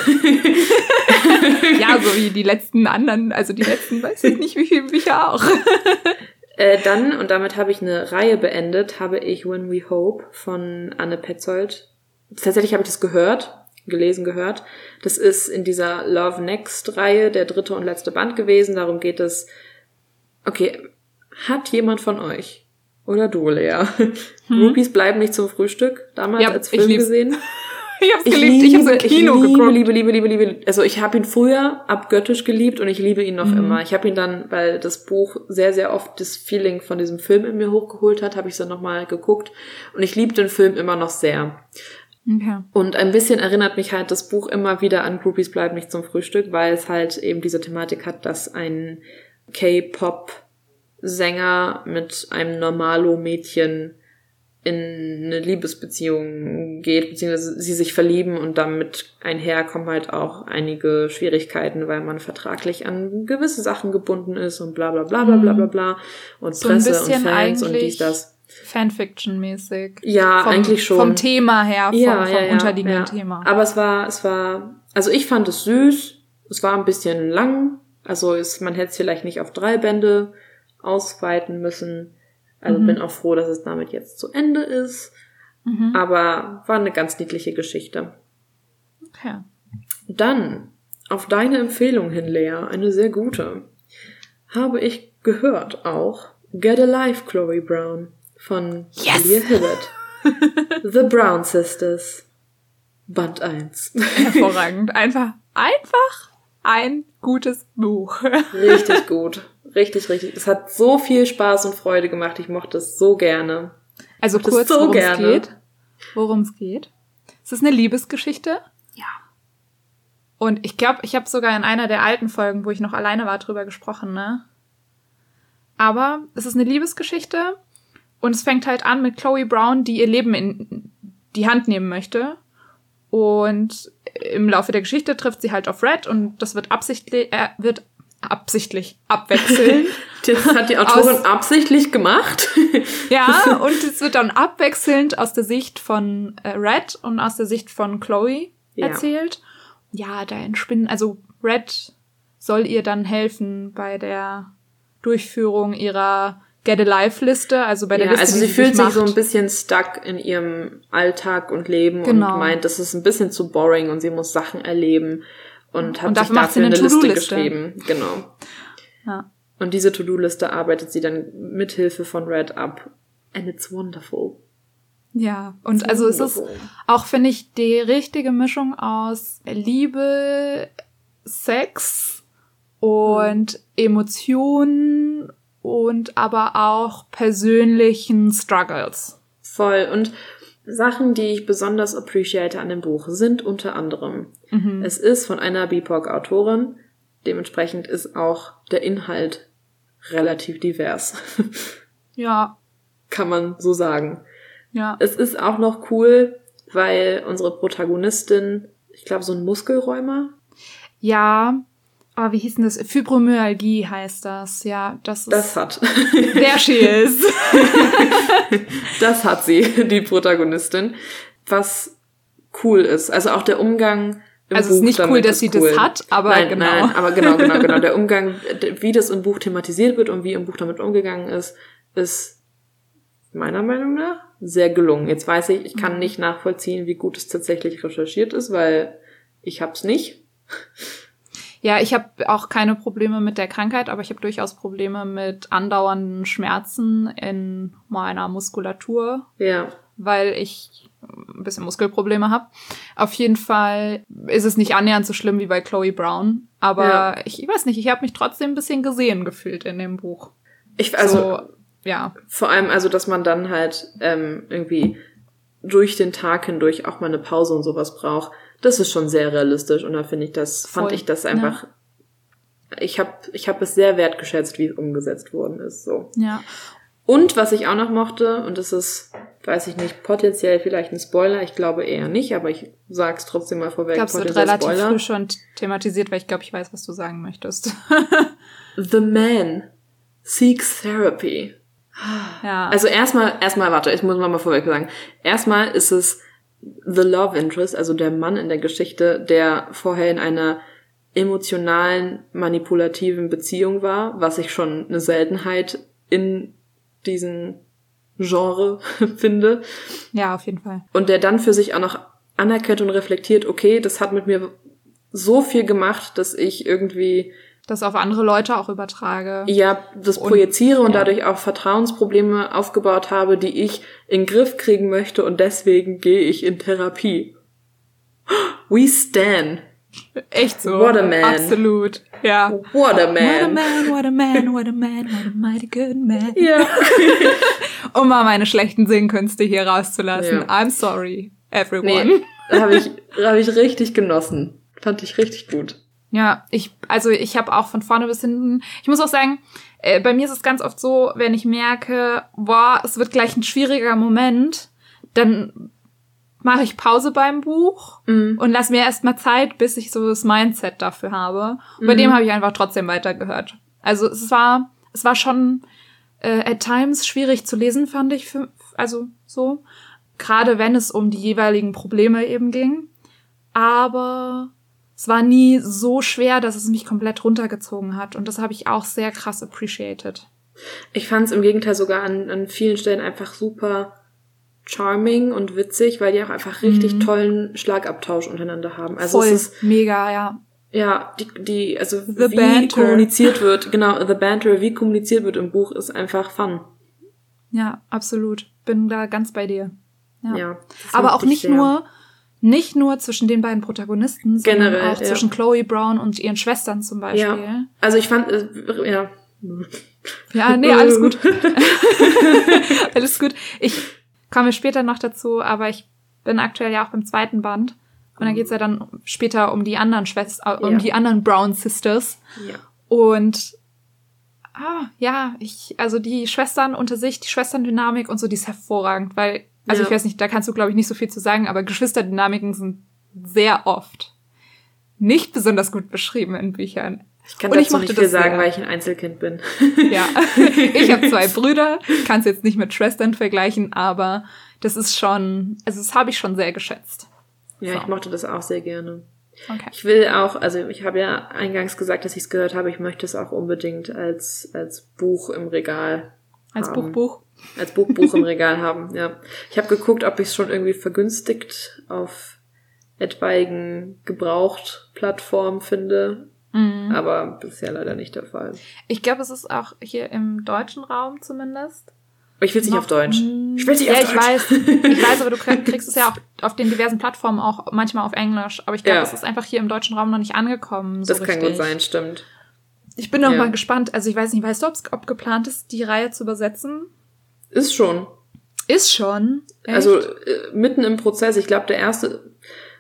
Ja, so wie die letzten anderen, also die letzten, weiß ich nicht, wie viele Bücher auch. äh, dann, und damit habe ich eine Reihe beendet, habe ich When We Hope von Anne Petzold tatsächlich habe ich das gehört, gelesen gehört. Das ist in dieser Love Next-Reihe der dritte und letzte Band gewesen. Darum geht es, okay, hat jemand von euch, oder du, Lea, hm. Groupies bleiben nicht zum Frühstück, damals ja, als Film gesehen? Ich hab's geliebt, ich, ich hab's im Kino ich liebe, geguckt. liebe, liebe, liebe, liebe. Also ich habe ihn früher abgöttisch geliebt und ich liebe ihn noch mhm. immer. Ich habe ihn dann, weil das Buch sehr, sehr oft das Feeling von diesem Film in mir hochgeholt hat, habe ich es dann nochmal geguckt. Und ich liebe den Film immer noch sehr. Okay. Und ein bisschen erinnert mich halt das Buch immer wieder an Groupies bleiben nicht zum Frühstück, weil es halt eben diese Thematik hat, dass ein K-Pop-Sänger mit einem Normalo-Mädchen in eine Liebesbeziehung geht, beziehungsweise sie sich verlieben und damit einher kommen halt auch einige Schwierigkeiten, weil man vertraglich an gewisse Sachen gebunden ist und bla bla bla bla bla bla bla und so Presse und Fans und dies, das. Fanfiction-mäßig. Ja, vom, eigentlich schon. Vom Thema her, vom, ja, vom ja, ja, unterliegenden ja. Thema. Aber es war, es war, also ich fand es süß, es war ein bisschen lang, also ist, man hätte es vielleicht nicht auf drei Bände ausweiten müssen. Also mhm. bin auch froh, dass es damit jetzt zu Ende ist. Mhm. Aber war eine ganz niedliche Geschichte. Okay. Dann, auf deine Empfehlung hin, Lea, eine sehr gute, habe ich gehört auch Get Alive, Chloe Brown von yes. Julia Hibbert. The Brown Sisters. Band eins. Hervorragend. Einfach, einfach ein gutes Buch. Richtig gut. Richtig, richtig. Es hat so viel Spaß und Freude gemacht. Ich mochte es so gerne. Also kurz, so worum gerne. es geht. Worum es geht. Es ist eine Liebesgeschichte. Ja. Und ich glaube, ich habe sogar in einer der alten Folgen, wo ich noch alleine war, drüber gesprochen, ne? Aber es ist eine Liebesgeschichte und es fängt halt an mit Chloe Brown, die ihr Leben in die Hand nehmen möchte. Und im Laufe der Geschichte trifft sie halt auf Red und das wird absichtlich, äh, wird absichtlich abwechseln. Das hat die Autorin aus, absichtlich gemacht. Ja, und es wird dann abwechselnd aus der Sicht von äh, Red und aus der Sicht von Chloe ja. erzählt. Ja, da entspinnen, also Red soll ihr dann helfen bei der Durchführung ihrer Get Alive-Liste, also bei der ja, Liste, also die sie, sie fühlt sich macht. so ein bisschen stuck in ihrem Alltag und Leben genau. und meint, das ist ein bisschen zu boring und sie muss Sachen erleben und hat und sich dafür, dafür eine, eine Liste To-Do-Liste geschrieben. Genau. Ja. Und diese To-Do-Liste arbeitet sie dann mithilfe von Red ab. And it's wonderful. Ja, und also es ist auch, finde ich, die richtige Mischung aus Liebe, Sex und mhm. Emotionen und aber auch persönlichen Struggles. Voll. Und Sachen, die ich besonders appreciate an dem Buch, sind unter anderem, mhm. es ist von einer B I P O C-Autorin, dementsprechend ist auch der Inhalt relativ divers. Ja. Kann man so sagen. Ja. Es ist auch noch cool, weil unsere Protagonistin, ich glaube, so ein Muskelrheuma. Ja, aber wie hieß denn das? Fibromyalgie heißt das. Ja, das ist... Das hat. There she is. Das hat sie, die Protagonistin. Was cool ist. Also auch der Umgang im also Buch es ist nicht cool, dass sie cool. das hat, aber nein, genau. Nein, aber genau, genau, genau. Der Umgang, wie das im Buch thematisiert wird und wie im Buch damit umgegangen ist, ist meiner Meinung nach sehr gelungen. Jetzt weiß ich, ich kann mhm. nicht nachvollziehen, wie gut es tatsächlich recherchiert ist, weil ich hab's nicht. Ja, ich habe auch keine Probleme mit der Krankheit, aber ich habe durchaus Probleme mit andauernden Schmerzen in meiner Muskulatur. Ja. Weil ich ein bisschen Muskelprobleme habe. Auf jeden Fall ist es nicht annähernd so schlimm wie bei Chloe Brown. Aber ja. ich, ich weiß nicht, ich habe mich trotzdem ein bisschen gesehen gefühlt in dem Buch. Ich, also, so, ja. Vor allem, also, dass man dann halt ähm, irgendwie durch den Tag hindurch auch mal eine Pause und sowas braucht. Das ist schon sehr realistisch und da finde ich das, Voll. fand ich das einfach, ja. ich habe ich hab es sehr wertgeschätzt, wie es umgesetzt worden ist, so. Ja. Und was ich auch noch mochte, und das ist, weiß ich nicht, potenziell vielleicht ein Spoiler, ich glaube eher nicht, aber ich sag's trotzdem mal vorweg. Ich glaube, es wird relativ Spoiler. früh schon thematisiert, weil ich glaube, ich weiß, was du sagen möchtest. The man seeks therapy. Ja. Also erstmal, erstmal, warte, ich muss mal vorweg sagen. Erstmal ist es the love interest, also der Mann in der Geschichte, der vorher in einer emotionalen, manipulativen Beziehung war, was ich schon eine Seltenheit in diesem Genre finde. Ja, auf jeden Fall. Und der dann für sich auch noch anerkennt und reflektiert, okay, das hat mit mir so viel gemacht, dass ich irgendwie das auf andere Leute auch übertrage. Ja, das und, projiziere und ja. dadurch auch Vertrauensprobleme aufgebaut habe, die ich in den Griff kriegen möchte und deswegen gehe ich in Therapie. We stan. Echt so. What a man. Absolut. Ja. What a man. What a man, what a man, what a man, what a mighty good man. Ja. Um mal meine schlechten Singkünste hier rauszulassen. Ja. I'm sorry, everyone. Nee, habe ich, hab ich richtig genossen. Fand ich richtig gut. Ja, ich, also ich habe auch von vorne bis hinten, ich muss auch sagen, äh, bei mir ist es ganz oft so, wenn ich merke, boah, es wird gleich ein schwieriger Moment, dann mache ich Pause beim Buch mm. und lass mir erstmal Zeit, bis ich so das Mindset dafür habe. Und bei mm. dem habe ich einfach trotzdem weitergehört. Also es war, es war schon äh, at times schwierig zu lesen, fand ich, für, also so, gerade wenn es um die jeweiligen Probleme eben ging. Aber es war nie so schwer, dass es mich komplett runtergezogen hat. Und das habe ich auch sehr krass appreciated. Ich fand es im Gegenteil sogar an, an vielen Stellen einfach super charming und witzig, weil die auch einfach richtig mhm. tollen Schlagabtausch untereinander haben. Also Voll, es ist mega, ja. Ja, die, die also the wie banter. kommuniziert wird, genau, the banter, wie kommuniziert wird im Buch, ist einfach fun. Ja, absolut. Bin da ganz bei dir. Ja. ja Aber auch nicht sehr. nur Nicht nur zwischen den beiden Protagonisten, sondern Generell, auch ja. zwischen Chloe Brown und ihren Schwestern zum Beispiel. Ja. Also ich fand, äh, ja. Ja, nee, alles gut. Alles gut. Ich komme später noch dazu, aber ich bin aktuell ja auch beim zweiten Band. Und dann geht's ja dann später um die anderen Schwestern, um ja. die anderen Brown Sisters. Ja. Und ah, ja, ich, also die Schwestern unter sich, die Schwesterndynamik und so, die ist hervorragend, weil Also ja. ich weiß nicht, da kannst du, glaube ich, nicht so viel zu sagen, aber Geschwisterdynamiken sind sehr oft nicht besonders gut beschrieben in Büchern. Ich kann dazu nicht viel sagen, weil ich ein Einzelkind bin. Ja, ich habe zwei Brüder, kann es jetzt nicht mit Schwestern vergleichen, aber das ist schon, also das habe ich schon sehr geschätzt. Ja, so. Ich mochte das auch sehr gerne. Okay. Ich will auch, also ich habe ja eingangs gesagt, dass ich es gehört habe, ich möchte es auch unbedingt als als Buch im Regal Als haben. Buchbuch? Als Buchbuch im Regal haben, ja. Ich habe geguckt, ob ich es schon irgendwie vergünstigt auf etwaigen Gebraucht-Plattformen finde, mhm. aber bisher leider nicht der Fall. Ich glaube, es ist auch hier im deutschen Raum zumindest. Aber ich will es nicht auf Deutsch. Ich will es nicht ja, auf ich Deutsch. weiß, ich weiß, aber du kriegst es ja auch auf den diversen Plattformen auch manchmal auf Englisch. Aber ich glaube, es ja. ist einfach hier im deutschen Raum noch nicht angekommen. So das kann richtig. gut sein, stimmt. Ich bin noch ja. mal gespannt. Also ich weiß nicht, weißt du, ob geplant ist, die Reihe zu übersetzen? Ist schon. Ist schon? Echt? Also äh, mitten im Prozess. Ich glaube, der erste...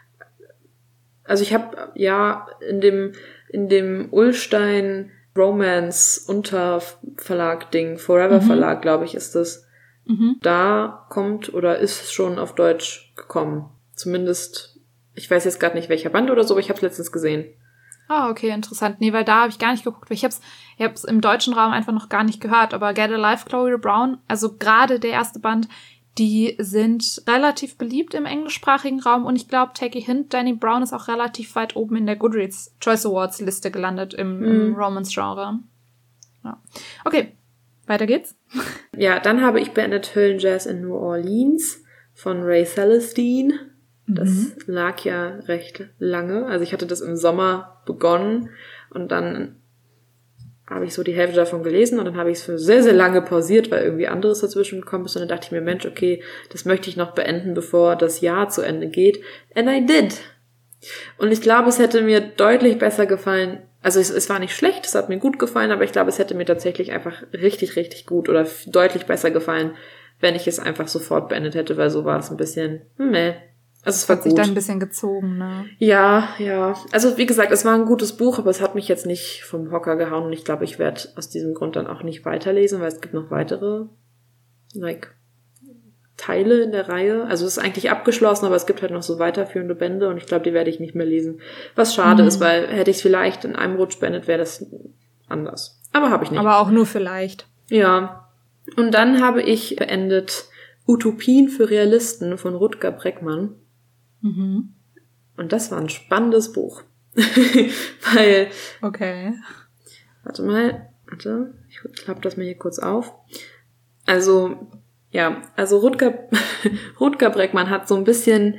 Also ich habe ja in dem in dem Ullstein Romance Unterverlag Ding, Forever mhm. Verlag, glaube ich, ist das. Mhm. Da kommt oder ist es schon auf Deutsch gekommen. Zumindest, ich weiß jetzt gerade nicht welcher Band oder so, aber ich habe es letztens gesehen. Ah, okay, interessant. Nee, weil da habe ich gar nicht geguckt, weil ich hab's, ich hab's im deutschen Raum einfach noch gar nicht gehört. Aber Get Alive, Chloe Brown, also gerade der erste Band, die sind relativ beliebt im englischsprachigen Raum und ich glaube, take a hint, Dani Brown ist auch relativ weit oben in der Goodreads Choice Awards Liste gelandet im, mm. im Romance-Genre. Ja. Okay, weiter geht's. Ja, dann habe ich beendet Höllenjazz in New Orleans von Ray Celestine. Das mhm. lag ja recht lange. Also ich hatte das im Sommer begonnen und dann habe ich so die Hälfte davon gelesen und dann habe ich es für sehr, sehr lange pausiert, weil irgendwie anderes dazwischen gekommen ist und dann dachte ich mir, Mensch, okay, das möchte ich noch beenden, bevor das Jahr zu Ende geht. And I did. Und ich glaube, es hätte mir deutlich besser gefallen, also es, es war nicht schlecht, es hat mir gut gefallen, aber ich glaube, es hätte mir tatsächlich einfach richtig, richtig gut oder f- deutlich besser gefallen, wenn ich es einfach sofort beendet hätte, weil so war es ein bisschen, meh. Also es war hat gut. sich dann ein bisschen gezogen, ne? Ja, ja. Also wie gesagt, es war ein gutes Buch, aber es hat mich jetzt nicht vom Hocker gehauen und ich glaube, ich werde aus diesem Grund dann auch nicht weiterlesen, weil es gibt noch weitere like Teile in der Reihe. Also es ist eigentlich abgeschlossen, aber es gibt halt noch so weiterführende Bände und ich glaube, die werde ich nicht mehr lesen. Was schade mhm. ist, weil hätte ich es vielleicht in einem Rutsch beendet, wäre das anders. Aber habe ich nicht. Aber auch nur vielleicht. Ja. Und dann habe ich beendet Utopien für Realisten von Rutger Bregmann. Mhm. Und das war ein spannendes Buch. Weil... Okay. Warte mal. Warte. Ich klappe das mal hier kurz auf. Also, ja. Also Rutger, Rutger Bregmann hat so ein bisschen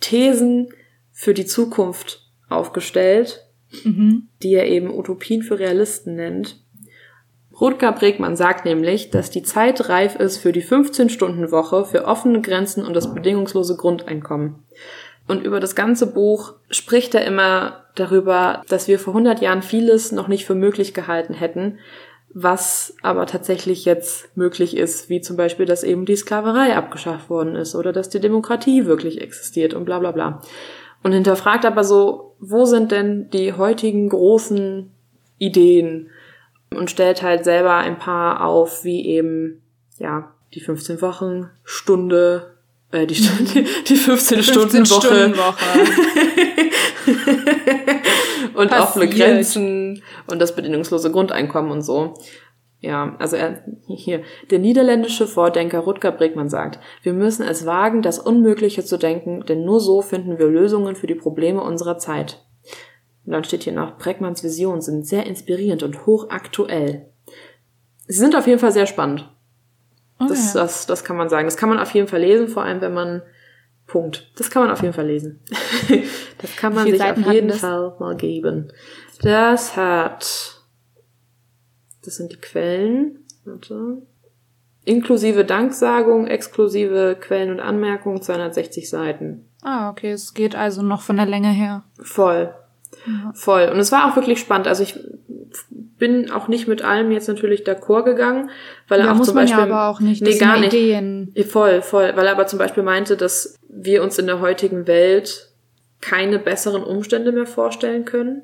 Thesen für die Zukunft aufgestellt, mhm. die er eben Utopien für Realisten nennt. Rutger Bregmann sagt nämlich, dass die Zeit reif ist für die fünfzehn-Stunden-Woche, für offene Grenzen und das bedingungslose Grundeinkommen. Und über das ganze Buch spricht er immer darüber, dass wir vor hundert Jahren vieles noch nicht für möglich gehalten hätten, was aber tatsächlich jetzt möglich ist, wie zum Beispiel, dass eben die Sklaverei abgeschafft worden ist oder dass die Demokratie wirklich existiert und bla bla bla. Und hinterfragt aber so, wo sind denn die heutigen großen Ideen? Und stellt halt selber ein paar auf, wie eben, ja, die fünfzehn Wochen, Stunde, äh, die, die, die fünfzehn-Stunden-Woche. Und offene Grenzen und das bedingungslose Grundeinkommen und so. Ja, also er, hier, der niederländische Vordenker Rutger Bregmann sagt, wir müssen es wagen, das Unmögliche zu denken, denn nur so finden wir Lösungen für die Probleme unserer Zeit. Und dann steht hier noch, Bregmanns Visionen sind sehr inspirierend und hochaktuell. Sie sind auf jeden Fall sehr spannend. Oh, das, ja. das, das kann man sagen. Das kann man auf jeden Fall lesen, vor allem wenn man, Punkt. Das kann man auf jeden Fall lesen. Das kann man sich Seiten auf jeden Fall mal geben. Das hat, das sind die Quellen, warte, inklusive Danksagung, exklusive Quellen und Anmerkungen, zweihundertsechzig Seiten. Ah, okay, es geht also noch von der Länge her. Voll. Ja. Voll. Und es war auch wirklich spannend. Also ich bin auch nicht mit allem jetzt natürlich d'accord gegangen, weil er ja, auch muss zum man Beispiel, ja aber auch nicht. Das nee, gar nicht. Ideen. Voll, voll. Weil er aber zum Beispiel meinte, dass wir uns in der heutigen Welt keine besseren Umstände mehr vorstellen können.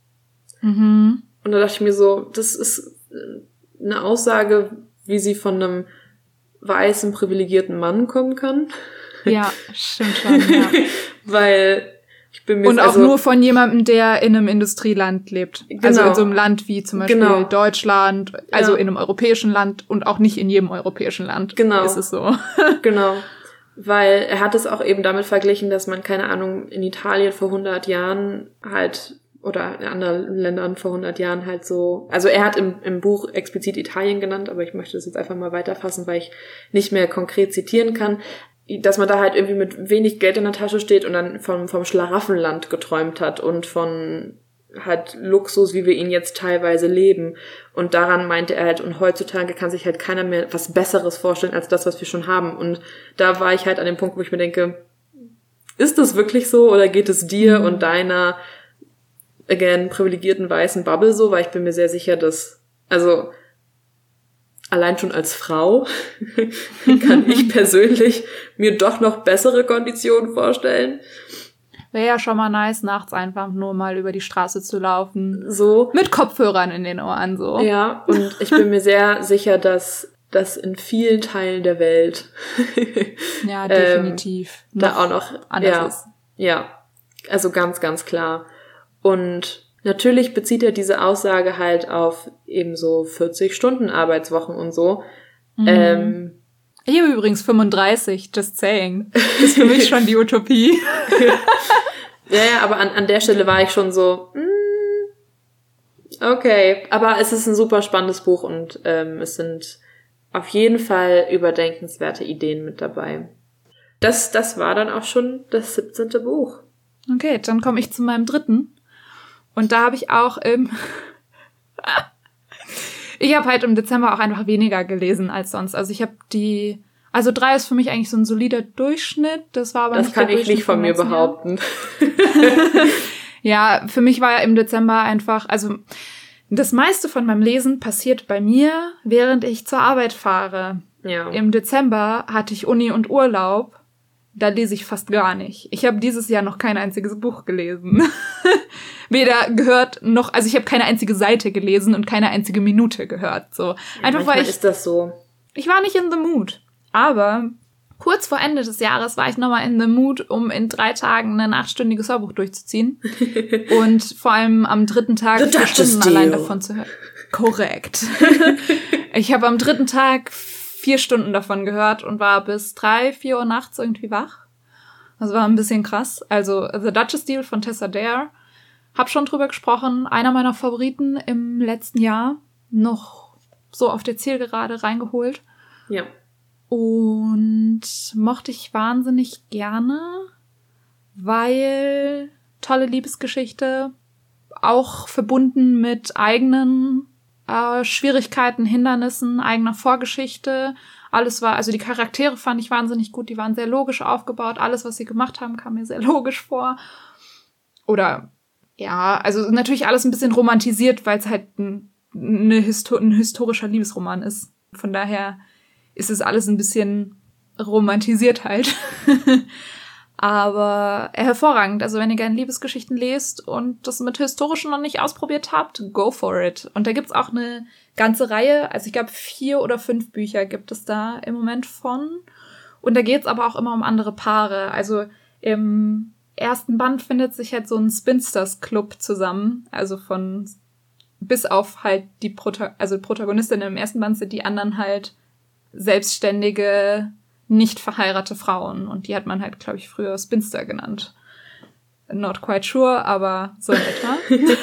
Mhm. Und da dachte ich mir so, das ist eine Aussage, wie sie von einem weißen, privilegierten Mann kommen kann. Ja, stimmt schon, ja. Weil ich bin mir Und auch also, nur von jemandem, der in einem Industrieland lebt. Genau. Also in so einem Land wie zum Beispiel genau. Deutschland, also ja. in einem europäischen Land und auch nicht in jedem europäischen Land genau. ist es so. Genau. Weil er hat es auch eben damit verglichen, dass man, keine Ahnung, in Italien vor hundert Jahren halt, oder in anderen Ländern vor hundert Jahren halt so, also er hat im, im Buch explizit Italien genannt, aber ich möchte das jetzt einfach mal weiterfassen, weil ich nicht mehr konkret zitieren kann, dass man da halt irgendwie mit wenig Geld in der Tasche steht und dann vom, vom Schlaraffenland geträumt hat und von halt Luxus, wie wir ihn jetzt teilweise leben. Und daran meinte er halt, und heutzutage kann sich halt keiner mehr was Besseres vorstellen als das, was wir schon haben. Und da war ich halt an dem Punkt, wo ich mir denke, ist das wirklich so oder geht es dir mhm. und deiner, again, privilegierten weißen Bubble so? Weil ich bin mir sehr sicher, dass, also allein schon als Frau kann ich persönlich mir doch noch bessere Konditionen vorstellen. Wäre ja schon mal nice, nachts einfach nur mal über die Straße zu laufen. So. Mit Kopfhörern in den Ohren, so. Ja, und ich bin mir sehr sicher, dass das in vielen Teilen der Welt ja, definitiv ähm, da auch noch anders ja, ist. Ja, also ganz, ganz klar. Und natürlich bezieht er diese Aussage halt auf eben so vierzig Stunden Arbeitswochen und so. Mhm. Ähm, ich habe übrigens fünfunddreißig, just saying. Das ist für mich schon die Utopie. Ja, ja, aber an, an der Stelle war ich schon so, mm, okay. Aber es ist ein super spannendes Buch und ähm, es sind auf jeden Fall überdenkenswerte Ideen mit dabei. Das, das war dann auch schon das siebzehnte Buch. Okay, dann komme ich zu meinem dritten. Und da habe ich auch im... ich habe halt im Dezember auch einfach weniger gelesen als sonst. Also ich habe die... Also drei ist für mich eigentlich so ein solider Durchschnitt. Das war aber das nicht kann der ich nicht von mir behaupten. Ja, für mich war ja im Dezember einfach... Also das meiste von meinem Lesen passiert bei mir, während ich zur Arbeit fahre. Ja. Im Dezember hatte ich Uni und Urlaub. Da lese ich fast gar nicht. Ich habe dieses Jahr noch kein einziges Buch gelesen. Weder gehört noch, also ich habe keine einzige Seite gelesen und keine einzige Minute gehört. So einfach ja, weil ich ist das so. Ich war nicht in the mood. Aber kurz vor Ende des Jahres war ich nochmal in the mood, um in drei Tagen ein achtstündiges Hörbuch durchzuziehen. Und vor allem am dritten Tag vier Stunden allein davon zu hören. Korrekt. Ich habe am dritten Tag vier Stunden davon gehört und war bis drei, vier Uhr nachts irgendwie wach. Das war ein bisschen krass. Also The Duchess Deal von Tessa Dare. Hab schon drüber gesprochen. Einer meiner Favoriten im letzten Jahr. Noch so auf der Zielgerade reingeholt. Ja. Und mochte ich wahnsinnig gerne, weil tolle Liebesgeschichte, auch verbunden mit eigenen äh, Schwierigkeiten, Hindernissen, eigener Vorgeschichte. Alles war, also die Charaktere fand ich wahnsinnig gut, die waren sehr logisch aufgebaut. Alles, was sie gemacht haben, kam mir sehr logisch vor. Oder, ja, also natürlich alles ein bisschen romantisiert, weil es halt ein, eine Histo- ein historischer Liebesroman ist. Von daher ist es alles ein bisschen romantisiert halt. Aber hervorragend. Also wenn ihr gerne Liebesgeschichten lest und das mit historischen noch nicht ausprobiert habt, go for it. Und da gibt's auch eine ganze Reihe, also ich glaube vier oder fünf Bücher gibt es da im Moment von. Und da geht's aber auch immer um andere Paare. Also im ersten Band findet sich halt so ein Spinsters Club zusammen. Also von bis auf halt die Prota- also Protagonistinnen im ersten Band sind die anderen halt selbstständige, nicht verheiratete Frauen. Und die hat man halt, glaube ich, früher Spinster genannt. Not quite sure, aber so in etwa.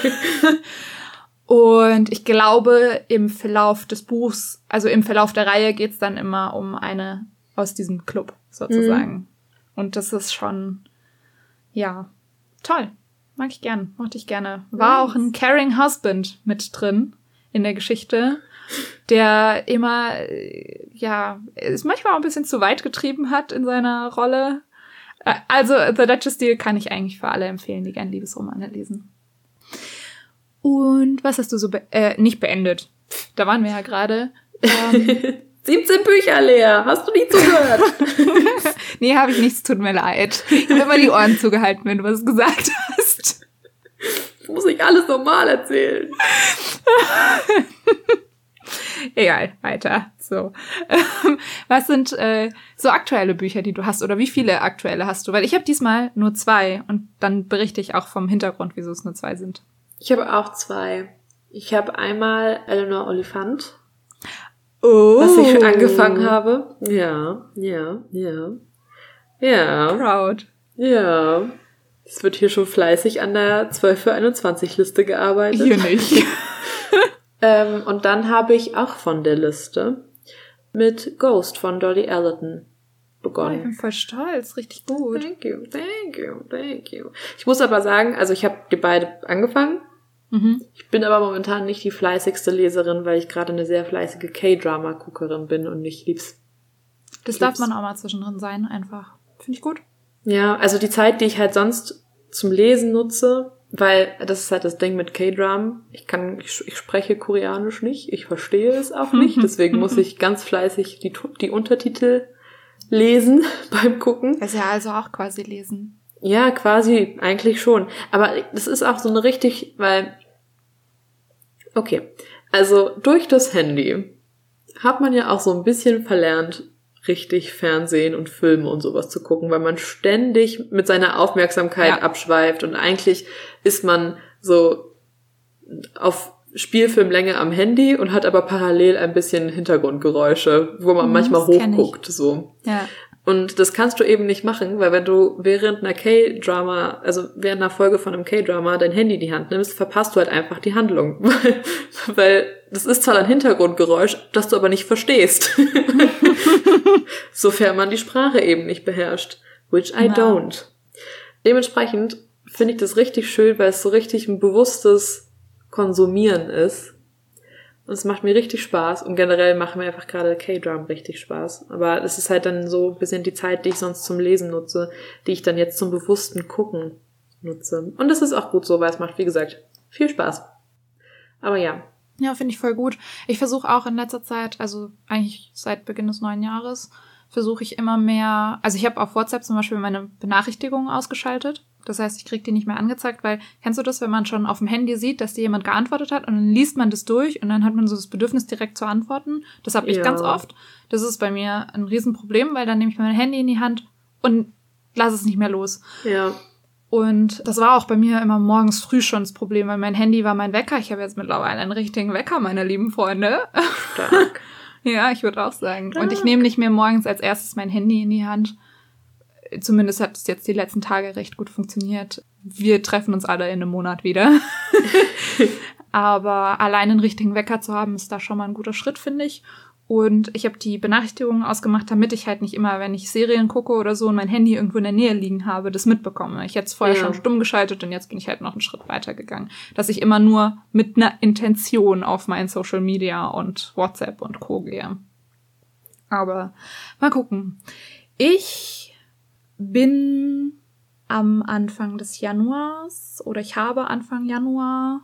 Und ich glaube, im Verlauf des Buchs, also im Verlauf der Reihe geht's dann immer um eine aus diesem Club, sozusagen. Mhm. Und das ist schon, ja, toll. Mag ich gern, mochte ich gerne. War nice. Auch ein caring Husband mit drin in der Geschichte, der immer, ja, es manchmal auch ein bisschen zu weit getrieben hat in seiner Rolle. Also The Duchess Deal kann ich eigentlich für alle empfehlen, die gerne Liebesromane lesen. Und was hast du so, be- äh, nicht beendet? Da waren wir ja gerade. Ähm, siebzehn Bücher leer, hast du nicht zugehört? Nee, habe ich nicht, es tut mir leid. Ich habe immer die Ohren zugehalten, wenn du was gesagt hast. Das muss ich alles normal erzählen. Egal, weiter. So. Was sind äh, so aktuelle Bücher, die du hast? Oder wie viele aktuelle hast du? Weil ich habe diesmal nur zwei und dann berichte ich auch vom Hintergrund, wieso es nur zwei sind. Ich habe auch zwei. Ich habe einmal Eleanor Oliphant, oh. was ich schon angefangen habe. Ja, ja, ja. Ja. Proud. Ja. Es wird hier schon fleißig an der zwölf für einundzwanzig Liste gearbeitet. Hier nicht. ähm, und dann habe ich auch von der Liste mit Ghost von Dolly Alden begonnen. Oh, ich bin voll stolz, richtig gut. Thank you, thank you, thank you. Ich muss aber sagen, also ich habe die beide angefangen. Mhm. Ich bin aber momentan nicht die fleißigste Leserin, weil ich gerade eine sehr fleißige K-Drama-Guckerin bin und nicht lieb's. Das lieb's. darf man auch mal zwischendrin sein, einfach. Finde ich gut. Ja, also die Zeit, die ich halt sonst zum Lesen nutze, weil das ist halt das Ding mit K-Drama. Ich kann, ich, ich spreche Koreanisch nicht, ich verstehe es auch nicht, deswegen muss ich ganz fleißig die, die Untertitel lesen beim Gucken. Das ist ja also auch quasi lesen. Ja, quasi, eigentlich schon. Aber das ist auch so eine richtig, weil, okay, also durch das Handy hat man ja auch so ein bisschen verlernt, richtig Fernsehen und Filme und sowas zu gucken, weil man ständig mit seiner Aufmerksamkeit ja. abschweift und eigentlich ist man so auf Spielfilmlänge am Handy und hat aber parallel ein bisschen Hintergrundgeräusche, wo man mhm, manchmal hochguckt, so. Ja. Und das kannst du eben nicht machen, weil wenn du während einer K-Drama, also während einer Folge von einem K-Drama dein Handy in die Hand nimmst, verpasst du halt einfach die Handlung. Weil, weil das ist zwar ein Hintergrundgeräusch, das du aber nicht verstehst. Sofern man die Sprache eben nicht beherrscht. Which I no. don't. Dementsprechend finde ich das richtig schön, weil es so richtig ein bewusstes Konsumieren ist. Und es macht mir richtig Spaß. Und generell machen mir einfach gerade K-Drama richtig Spaß. Aber es ist halt dann so ein bisschen die Zeit, die ich sonst zum Lesen nutze, die ich dann jetzt zum bewussten Gucken nutze. Und das ist auch gut so, weil es macht, wie gesagt, viel Spaß. Aber ja. Ja, finde ich voll gut. Ich versuche auch in letzter Zeit, also eigentlich seit Beginn des neuen Jahres, versuche ich immer mehr, also ich habe auf WhatsApp zum Beispiel meine Benachrichtigungen ausgeschaltet. Das heißt, ich kriege die nicht mehr angezeigt, weil, kennst du das, wenn man schon auf dem Handy sieht, dass dir jemand geantwortet hat und dann liest man das durch und dann hat man so das Bedürfnis, direkt zu antworten? Das habe ich ja. ganz oft. Das ist bei mir ein Riesenproblem, weil dann nehme ich mein Handy in die Hand und lasse es nicht mehr los. Ja. Und das war auch bei mir immer morgens früh schon das Problem, weil mein Handy war mein Wecker. Ich habe jetzt mittlerweile einen richtigen Wecker, meine lieben Freunde. Stark. Ja, ich würde auch sagen. Stark. Und ich nehme nicht mehr morgens als erstes mein Handy in die Hand. Zumindest hat es jetzt die letzten Tage recht gut funktioniert. Wir treffen uns alle in einem Monat wieder. Aber allein einen richtigen Wecker zu haben, ist da schon mal ein guter Schritt, finde ich. Und ich habe die Benachrichtigungen ausgemacht, damit ich halt nicht immer, wenn ich Serien gucke oder so und mein Handy irgendwo in der Nähe liegen habe, das mitbekomme. Ich hätte es vorher ja. schon stumm geschaltet und jetzt bin ich halt noch einen Schritt weiter gegangen. Dass ich immer nur mit einer Intention auf mein Social Media und WhatsApp und Co. gehe. Aber mal gucken. Ich bin am Anfang des Januars oder ich habe Anfang Januar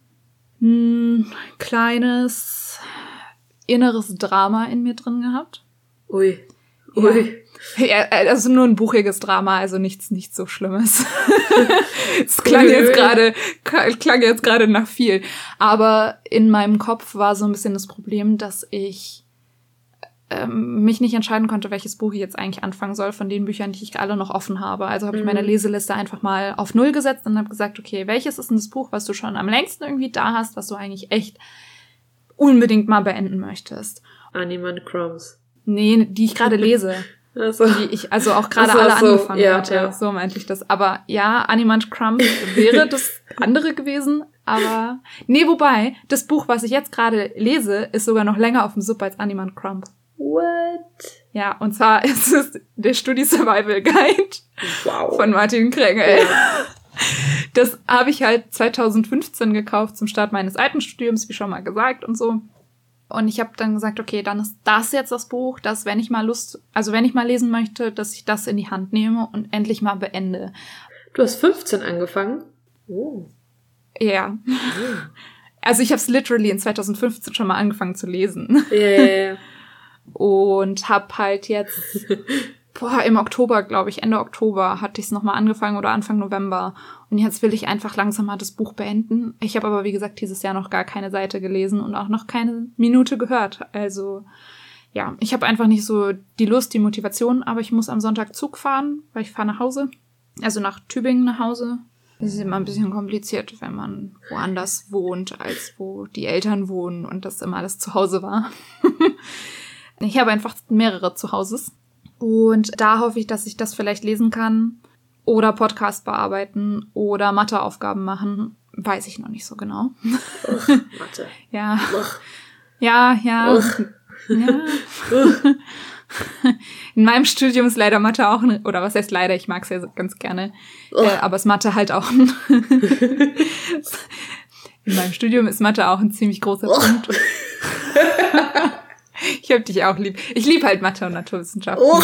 ein kleines inneres Drama in mir drin gehabt. Ui. Ui. Ja, also nur ein buchiges Drama, also nichts, nichts so Schlimmes. Es klang jetzt gerade, klang jetzt gerade nach viel. Aber in meinem Kopf war so ein bisschen das Problem, dass ich ähm, mich nicht entscheiden konnte, welches Buch ich jetzt eigentlich anfangen soll von den Büchern, die ich alle noch offen habe. Also habe ich meine Leseliste einfach mal auf Null gesetzt und habe gesagt, okay, welches ist denn das Buch, was du schon am längsten irgendwie da hast, was du eigentlich echt unbedingt mal beenden möchtest. Animan Crumbs. Nee, die ich gerade lese. Also. Die ich also auch gerade also, alle so, angefangen ja, hatte. ja. So meinte ich das. Aber ja, Animant Crumb wäre das andere gewesen. Aber nee, wobei, das Buch, was ich jetzt gerade lese, ist sogar noch länger auf dem Sub als Animant Crumb. What? Ja, und zwar ist es der Studi Survival Guide wow. von Martin Krengel. Ja. Das habe ich halt zwanzig fünfzehn gekauft zum Start meines alten Studiums, wie schon mal gesagt und so. Und ich habe dann gesagt, okay, dann ist das jetzt das Buch, dass wenn ich mal Lust, also wenn ich mal lesen möchte, dass ich das in die Hand nehme und endlich mal beende. Du hast fünfzehn angefangen? Oh. Ja. Oh. Also ich habe es literally in zwanzig fünfzehn schon mal angefangen zu lesen. Ja, ja, ja. Und habe halt jetzt, boah, im Oktober, glaube ich, Ende Oktober hatte ich es nochmal angefangen oder Anfang November. Und jetzt will ich einfach langsam mal das Buch beenden. Ich habe aber, wie gesagt, dieses Jahr noch gar keine Seite gelesen und auch noch keine Minute gehört. Also, ja, ich habe einfach nicht so die Lust, die Motivation, aber ich muss am Sonntag Zug fahren, weil ich fahre nach Hause. Also nach Tübingen nach Hause. Das ist immer ein bisschen kompliziert, wenn man woanders wohnt, als wo die Eltern wohnen und das immer alles zu Hause war. Ich habe einfach mehrere Zuhauses. Und da hoffe ich, dass ich das vielleicht lesen kann oder Podcast bearbeiten oder Matheaufgaben machen. Weiß ich noch nicht so genau. Uch, Mathe. Ja. Uch. Ja, ja. Uch. Ja. Uch. In meinem Studium ist leider Mathe auch, ein, oder was heißt leider, ich mag es ja ganz gerne, äh, aber ist Mathe halt auch ein in meinem Studium ist Mathe auch ein ziemlich großer Punkt. Ich hab dich auch lieb. Ich liebe halt Mathe und Naturwissenschaften. Oh.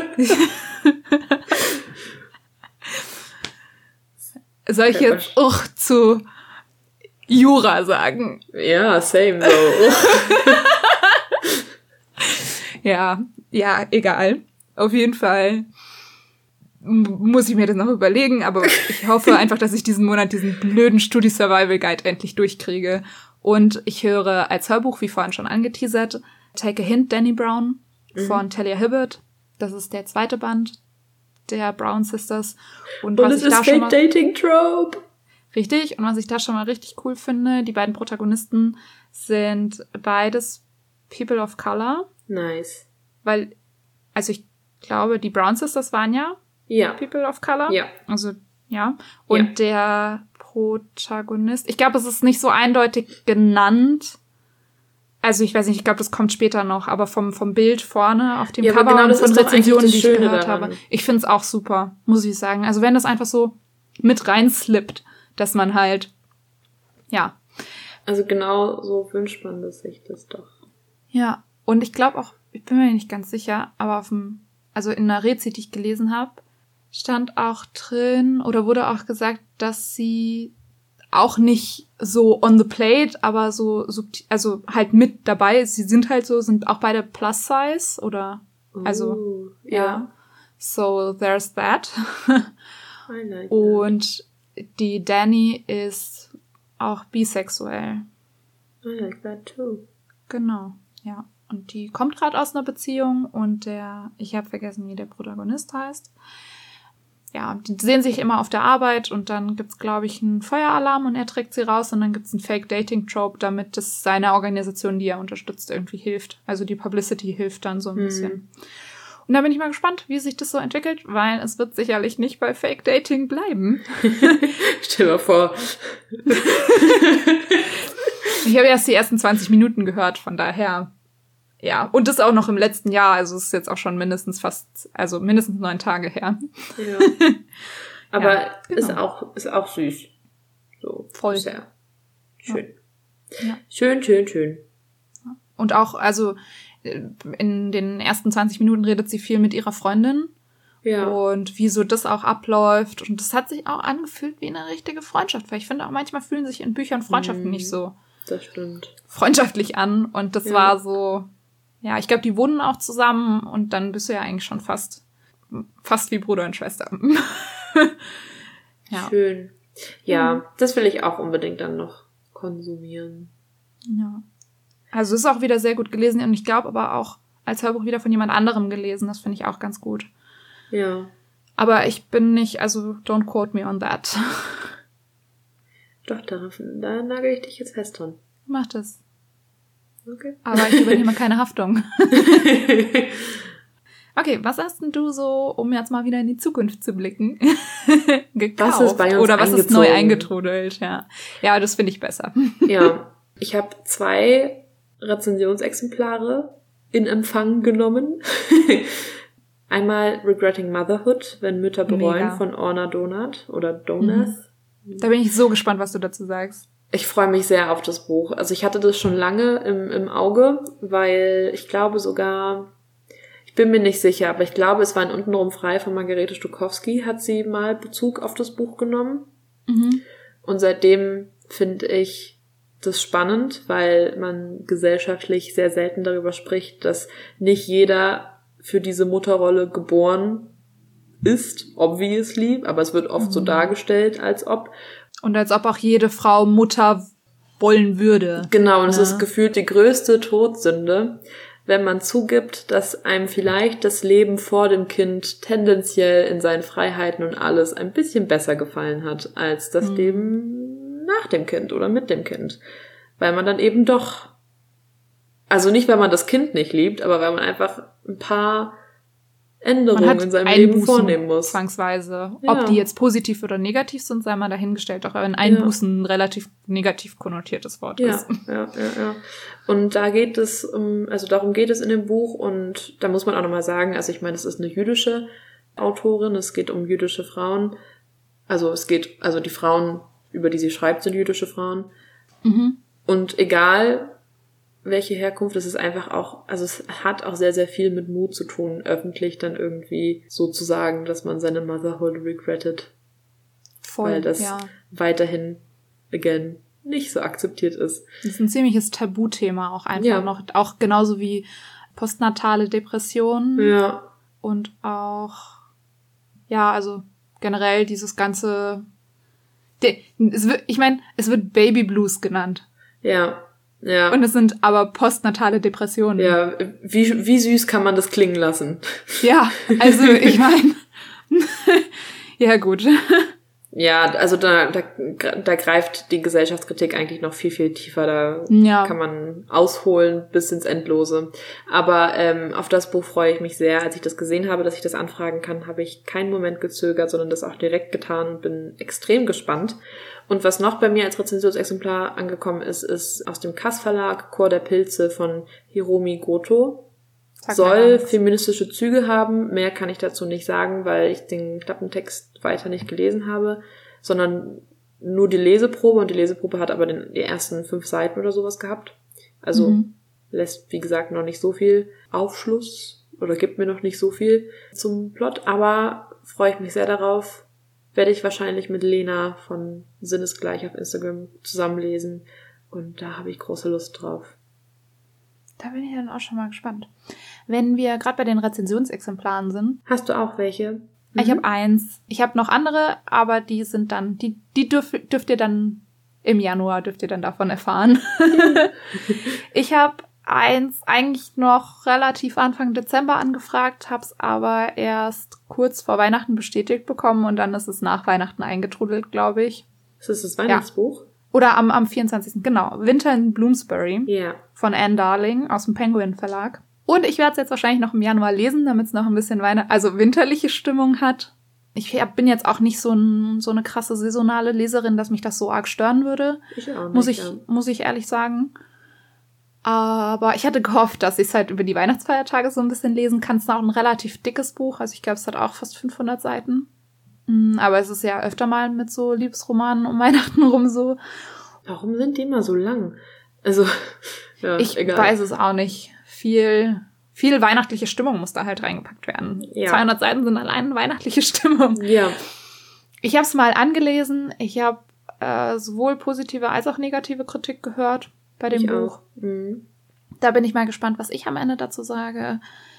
Soll ich jetzt auch zu Jura sagen? Ja, same so. Ja, ja, egal. Auf jeden Fall muss ich mir das noch überlegen, aber ich hoffe einfach, dass ich diesen Monat diesen blöden Studi Survival Guide endlich durchkriege. Und ich höre als Hörbuch, wie vorhin schon angeteasert, Take a Hint, Danny Brown von mhm. Talia Hibbert. Das ist der zweite Band der Brown Sisters. Und, und was es ich ist da schon mal, Dating Trope. Richtig. Und was ich da schon mal richtig cool finde, die beiden Protagonisten sind beides People of Color. Nice. Weil, also ich glaube, die Brown Sisters waren ja, ja. People of Color. Ja. Also, ja. Und ja. der Protagonist, ich glaube, es ist nicht so eindeutig genannt. Also ich weiß nicht, ich glaube, das kommt später noch, aber vom vom Bild vorne auf dem ja, Cover genau, und von Rezensionen, die ich Schöne gehört daran. habe. Ich find's auch super, muss ich sagen. Also wenn das einfach so mit reinslippt, dass man halt, ja. Also genau so wünscht man das sich das doch. Ja, und ich glaube auch, ich bin mir nicht ganz sicher, aber auf dem, also in einer Rezi, die ich gelesen habe, stand auch drin oder wurde auch gesagt, dass sie auch nicht so on the plate, aber so subtil, also halt mit dabei. Sie sind halt so, sind auch beide plus size oder also uh, ja. ja. So there's that. I like Und die Dani ist auch bisexuell. I like that too. Genau, ja. Und die kommt gerade aus einer Beziehung und der, ich habe vergessen, wie der Protagonist heißt. Ja, die sehen sich immer auf der Arbeit und dann gibt's, glaube ich, einen Feueralarm und er trägt sie raus und dann gibt's einen Fake-Dating-Trope, damit das seine Organisation, die er unterstützt, irgendwie hilft. Also die Publicity hilft dann so ein mhm. bisschen. Und da bin ich mal gespannt, wie sich das so entwickelt, weil es wird sicherlich nicht bei Fake-Dating bleiben. Stell dir mal vor. Ich habe erst die ersten zwanzig Minuten gehört, von daher, Ja, und das auch noch im letzten Jahr, also es ist jetzt auch schon mindestens fast, also mindestens neun Tage her. Ja. Aber ja, genau. ist auch, ist auch süß. So. Voll. Sehr schön. Ja. Schön, schön, schön. Und auch, also in den ersten zwanzig Minuten redet sie viel mit ihrer Freundin. Ja. Und wie so das auch abläuft. Und das hat sich auch angefühlt wie eine richtige Freundschaft. Weil ich finde auch manchmal fühlen sich in Büchern Freundschaften mm, nicht so das stimmt. freundschaftlich an. Und das ja. war so, ja, ich glaube, die wohnen auch zusammen. Und dann bist du ja eigentlich schon fast, fast wie Bruder und Schwester. ja. Schön. Ja, mhm. das will ich auch unbedingt dann noch konsumieren. Ja. Also es ist auch wieder sehr gut gelesen. Und ich glaube aber auch als Hörbuch wieder von jemand anderem gelesen. Das finde ich auch ganz gut. Ja. Aber ich bin nicht, also don't quote me on that. Doch, darauf, da nagel ich dich jetzt fest dran. Mach das. Okay. Aber ich übernehme keine Haftung. Okay, was hast denn du so, um jetzt mal wieder in die Zukunft zu blicken, gekauft? Was ist bei uns Oder was eingezogen? ist neu eingetrudelt? Ja, ja, das finde ich besser. Ja, ich habe zwei Rezensionsexemplare in Empfang genommen. Einmal Regretting Motherhood, wenn Mütter bereuen, Mega. Von Orna Donath oder Donath. Mhm. Da bin ich so gespannt, was du dazu sagst. Ich freue mich sehr auf das Buch. Also ich hatte das schon lange im, im Auge, weil ich glaube sogar, ich bin mir nicht sicher, aber ich glaube, es war in Untenrum frei von Margarete Stokowski, hat sie mal Bezug auf das Buch genommen. Mhm. Und seitdem finde ich das spannend, weil man gesellschaftlich sehr selten darüber spricht, dass nicht jeder für diese Mutterrolle geboren ist, obviously, aber es wird oft mhm. so dargestellt, als ob. Und als ob auch jede Frau Mutter wollen würde. Genau, und ja. es ist gefühlt die größte Todsünde, wenn man zugibt, dass einem vielleicht das Leben vor dem Kind tendenziell in seinen Freiheiten und alles ein bisschen besser gefallen hat, als das mhm. Leben nach dem Kind oder mit dem Kind. Weil man dann eben doch, also nicht, weil man das Kind nicht liebt, aber weil man einfach ein paar Änderungen in seinem Leben vornehmen muss. Zwangsweise. Ja. Ob die jetzt positiv oder negativ sind, sei mal dahingestellt. Auch wenn Einbußen ja. ein relativ negativ konnotiertes Wort ja. ist. Ja, ja, ja. Und da geht es, um, also darum geht es in dem Buch. Und da muss man auch nochmal sagen, also ich meine, es ist eine jüdische Autorin, es geht um jüdische Frauen. Also es geht, also die Frauen, über die sie schreibt, sind jüdische Frauen. Mhm. Und egal welche Herkunft, es ist einfach auch, also es hat auch sehr, sehr viel mit Mut zu tun, öffentlich dann irgendwie so zu sagen, dass man seine Motherhood regrettet. Voll, weil das ja. weiterhin, again, nicht so akzeptiert ist. Das ist ein ziemliches Tabuthema auch einfach ja. noch, auch genauso wie postnatale Depressionen. Ja. Und auch, ja, also generell dieses ganze, es wird, ich meine, es wird Baby Blues genannt. Ja. Ja. Und es sind aber postnatale Depressionen. Ja, wie, wie süß kann man das klingen lassen? Ja, also ich meine, ja gut. Ja, also da, da, da greift die Gesellschaftskritik eigentlich noch viel, viel tiefer. Da ja. kann man ausholen bis ins Endlose. Aber ähm, auf das Buch freue ich mich sehr. Als ich das gesehen habe, dass ich das anfragen kann, habe ich keinen Moment gezögert, sondern das auch direkt getan und bin extrem gespannt. Und was noch bei mir als Rezensionsexemplar angekommen ist, ist aus dem Kass Verlag Chor der Pilze von Hiromi Goto. Sag Soll feministische Züge haben. Mehr kann ich dazu nicht sagen, weil ich den Klappentext weiter nicht gelesen habe, sondern nur die Leseprobe. Und die Leseprobe hat aber den, die ersten fünf Seiten oder sowas gehabt. Also mhm. lässt, wie gesagt, noch nicht so viel Aufschluss oder gibt mir noch nicht so viel zum Plot. Aber freue ich mich sehr darauf. Werde ich wahrscheinlich mit Lena von Sinnesgleich auf Instagram zusammenlesen. Und da habe ich große Lust drauf. Da bin ich dann auch schon mal gespannt. Wenn wir gerade bei den Rezensionsexemplaren sind. Hast du auch welche? Mhm. Ich habe eins. Ich habe noch andere, aber die sind dann, die, die dürf, dürft ihr dann im Januar, dürft ihr dann davon erfahren. Ich habe eins eigentlich noch relativ Anfang Dezember angefragt, hab's aber erst kurz vor Weihnachten bestätigt bekommen und dann ist es nach Weihnachten eingetrudelt, glaube ich. Ist das das Weihnachtsbuch? Ja. Oder am, am vierundzwanzigsten Genau. Winter in Bloomsbury. Ja. Yeah. Von Anne Darling aus dem Penguin Verlag. Und ich werde es jetzt wahrscheinlich noch im Januar lesen, damit es noch ein bisschen Weihnacht, also winterliche Stimmung hat. Ich bin jetzt auch nicht so, ein, so eine krasse saisonale Leserin, dass mich das so arg stören würde. Ich auch nicht, muss ich, ja. muss ich ehrlich sagen. Aber ich hatte gehofft, dass ich es halt über die Weihnachtsfeiertage so ein bisschen lesen kann. Es ist auch ein relativ dickes Buch. Also ich glaube, es hat auch fast fünfhundert Seiten. Aber es ist ja öfter mal mit so Liebesromanen um Weihnachten rum so. Warum sind die immer so lang? Also, ja, ich egal. weiß es auch nicht. Viel, viel weihnachtliche Stimmung muss da halt reingepackt werden. Ja. zweihundert Seiten sind allein weihnachtliche Stimmung. Ja. Ich habe es mal angelesen. Ich habe äh, sowohl positive als auch negative Kritik gehört bei dem ich Buch. Auch. Mhm. Da bin ich mal gespannt, was ich am Ende dazu sage.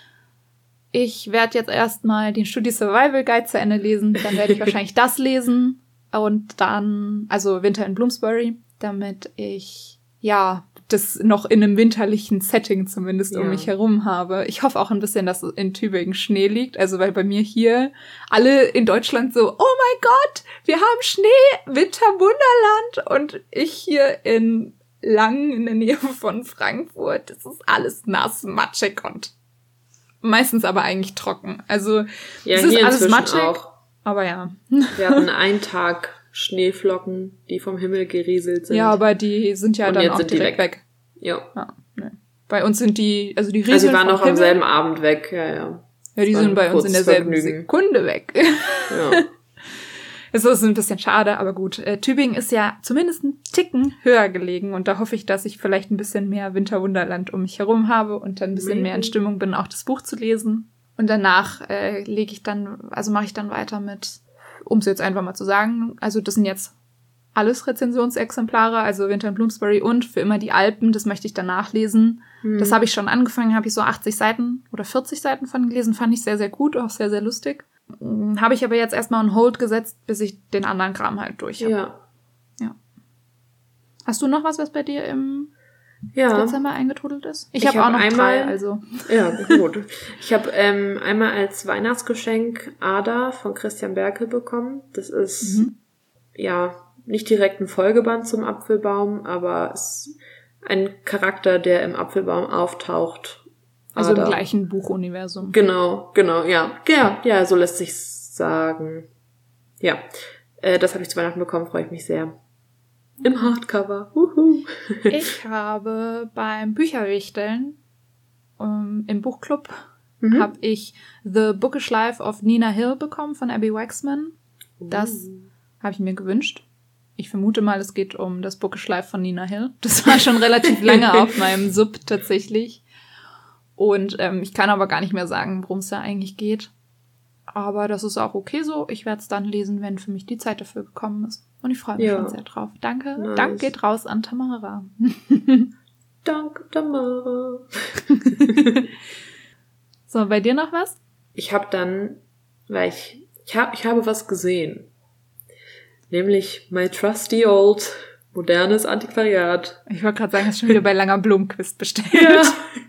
Ich werde jetzt erstmal den Studi Survival Guide zu Ende lesen. Dann werde ich wahrscheinlich das lesen. Und dann, also Winter in Bloomsbury, damit ich, ja, das noch in einem winterlichen Setting zumindest ja. um mich herum habe. Ich hoffe auch ein bisschen, dass in Tübingen Schnee liegt. Also, weil bei mir hier alle in Deutschland so, oh mein Gott, wir haben Schnee, Winterwunderland. Und ich hier in Langen in der Nähe von Frankfurt, das ist alles nass, matschig und meistens aber eigentlich trocken. Also, ja, es ist hier alles matschig. Auch. Aber ja. Wir hatten einen Tag Schneeflocken, die vom Himmel gerieselt sind. Ja, aber die sind ja und dann jetzt auch sind direkt die weg. weg. Ja. ja nee. Bei uns sind die, also die rieseln Also die waren vom noch am Himmel. selben Abend weg, ja, ja. Ja, die sind bei uns in derselben Vergnügen. Sekunde weg. Ja. Es ist ein bisschen schade, aber gut. Äh, Tübingen ist ja zumindest einen Ticken höher gelegen und da hoffe ich, dass ich vielleicht ein bisschen mehr Winterwunderland um mich herum habe und dann ein bisschen mhm. mehr in Stimmung bin, auch das Buch zu lesen. Und danach äh, lege ich dann, also mache ich dann weiter mit, um es jetzt einfach mal zu sagen, also das sind jetzt alles Rezensionsexemplare, also Winter in Bloomsbury und für immer die Alpen, das möchte ich dann nachlesen. Mhm. Das habe ich schon angefangen, habe ich so achtzig Seiten oder vierzig Seiten von gelesen, fand ich sehr, sehr gut, auch sehr, sehr lustig. Habe ich aber jetzt erstmal on hold gesetzt, bis ich den anderen Kram halt durch habe. Ja. ja. Hast du noch was, was bei dir im ja. Dezember eingetrudelt ist? Ich, ich habe hab auch noch einmal, drei, also. Ja, gut. Ich habe ähm, einmal als Weihnachtsgeschenk Ada von Christian Berkel bekommen. Das ist, mhm. ja, nicht direkt ein Folgeband zum Apfelbaum, aber es ist ein Charakter, der im Apfelbaum auftaucht. Also Ada. im gleichen Buchuniversum. Genau, genau, ja. Ja, ja, so lässt sich's sagen. Ja, äh, das habe ich zu Weihnachten bekommen, freue ich mich sehr. Im Hardcover. Uhu. Ich habe beim Bücherwichteln um, im Buchclub mhm. habe ich The Bookish Life of Nina Hill bekommen von Abby Waxman. Das uh. habe ich mir gewünscht. Ich vermute mal, es geht um das Bookish Life von Nina Hill. Das war schon relativ lange auf meinem Sub tatsächlich. Und ähm, ich kann aber gar nicht mehr sagen, worum es da eigentlich geht. Aber das ist auch okay so. Ich werde es dann lesen, wenn für mich die Zeit dafür gekommen ist. Und ich freue mich ja. schon sehr drauf. Danke. Nice. Dank geht raus an Tamara. Danke, Tamara. So, bei dir noch was? Ich habe dann, weil ich, ich, hab, ich habe was gesehen. Nämlich My Trusty Old modernes Antiquariat. Ich wollte gerade sagen, hast du schon wieder bei Langer Blumenquist bestellt. Ja.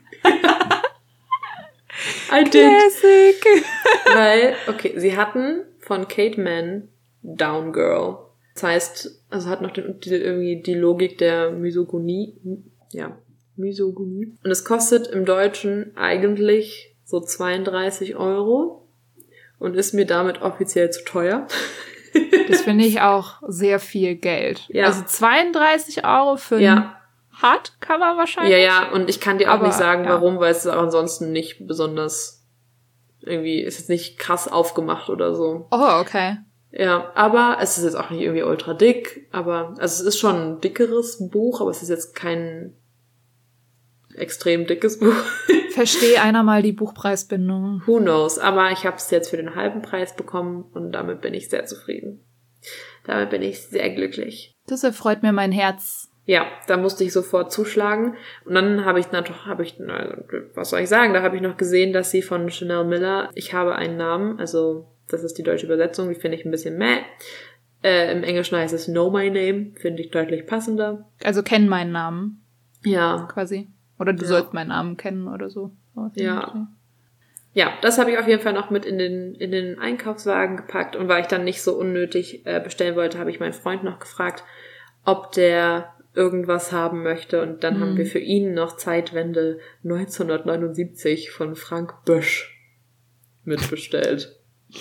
I did. Classic. Weil, okay, sie hatten von Kate Mann Down Girl. Das heißt, also hat noch den, die, irgendwie die Logik der Misogynie. Ja, Misogynie. Und es kostet im Deutschen eigentlich so zweiunddreißig Euro und ist mir damit offiziell zu teuer. Das finde ich auch sehr viel Geld. Ja. Also zweiunddreißig Euro für ja. ein Hardcover wahrscheinlich. Ja, ja, und ich kann dir auch aber, nicht sagen, ja. warum, weil es auch ansonsten nicht besonders irgendwie, ist jetzt nicht krass aufgemacht oder so. Oh, okay. Ja, aber es ist jetzt auch nicht irgendwie ultra dick, aber, also es ist schon ein dickeres Buch, aber es ist jetzt kein extrem dickes Buch. Verstehe einer mal die Buchpreisbindung. Who knows, aber ich habe es jetzt für den halben Preis bekommen und damit bin ich sehr zufrieden. Damit bin ich sehr glücklich. Das erfreut mir mein Herz. Ja, da musste ich sofort zuschlagen. Und dann habe ich noch, habe ich, was soll ich sagen, da habe ich noch gesehen, dass sie von Chanel Miller, ich habe einen Namen, also das ist die deutsche Übersetzung, die finde ich ein bisschen meh. Äh, im Englischen heißt es Know My Name, finde ich deutlich passender. Also kenn meinen Namen. Ja. Quasi. Oder du ja. sollst meinen Namen kennen oder so. Ja. Ja, das habe ich auf jeden Fall noch mit in den in den Einkaufswagen gepackt. Und weil ich dann nicht so unnötig äh, bestellen wollte, habe ich meinen Freund noch gefragt, ob der irgendwas haben möchte. Und dann mhm. haben wir für ihn noch Zeitwende neunzehnhundertneunundsiebzig von Frank Bösch mitbestellt.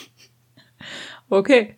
Okay.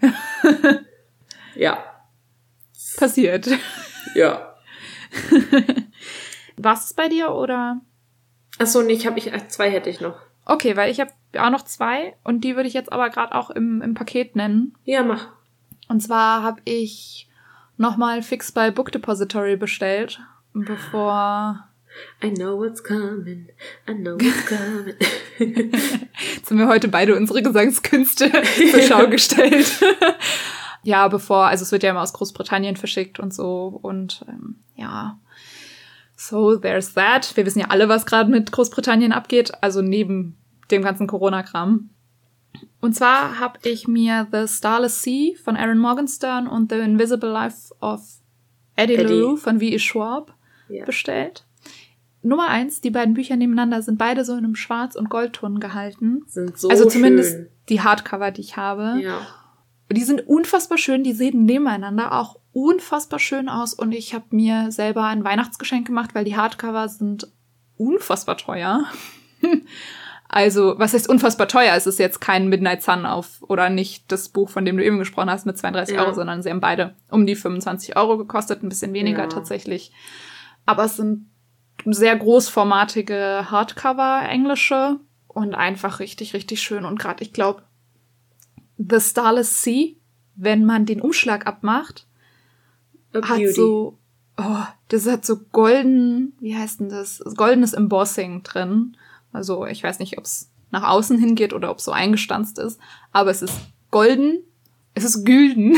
Ja. Passiert. Ja. Was ist bei dir, oder? Achso, nee, ich habe ich zwei hätte ich noch. Okay, weil ich habe auch noch zwei und die würde ich jetzt aber gerade auch im, im Paket nennen. Ja, mach. Und zwar habe ich nochmal fix bei Book Depository bestellt, bevor... I know what's coming, I know what's coming. Jetzt haben wir heute beide unsere Gesangskünste zur Schau gestellt. Ja, bevor, also es wird ja immer aus Großbritannien verschickt und so und ähm, ja, so there's that. Wir wissen ja alle, was gerade mit Großbritannien abgeht, also neben dem ganzen Corona-Kram. Und zwar habe ich mir The Starless Sea von Erin Morgenstern und The Invisible Life of Eddie, Eddie. LaRue von V E. Schwab ja. bestellt. Nummer eins, die beiden Bücher nebeneinander sind beide so in einem Schwarz- und Goldton gehalten. Sind so Also zumindest schön. Die Hardcover, die ich habe. Ja. Die sind unfassbar schön, die sehen nebeneinander auch unfassbar schön aus. Und ich habe mir selber ein Weihnachtsgeschenk gemacht, weil die Hardcover sind unfassbar teuer. Also, was heißt unfassbar teuer? Es ist jetzt kein Midnight Sun auf, oder nicht das Buch, von dem du eben gesprochen hast, mit zweiunddreißig ja. Euro, sondern sie haben beide um die fünfundzwanzig Euro gekostet, ein bisschen weniger ja. tatsächlich. Aber es sind sehr großformatige Hardcover, englische, und einfach richtig, richtig schön. Und gerade, ich glaube, The Starless Sea, wenn man den Umschlag abmacht, A hat beauty. so, oh, das hat so golden, wie heißt denn das? Goldenes Embossing drin. Also ich weiß nicht, ob es nach außen hingeht oder ob es so eingestanzt ist, aber es ist golden, es ist gülden.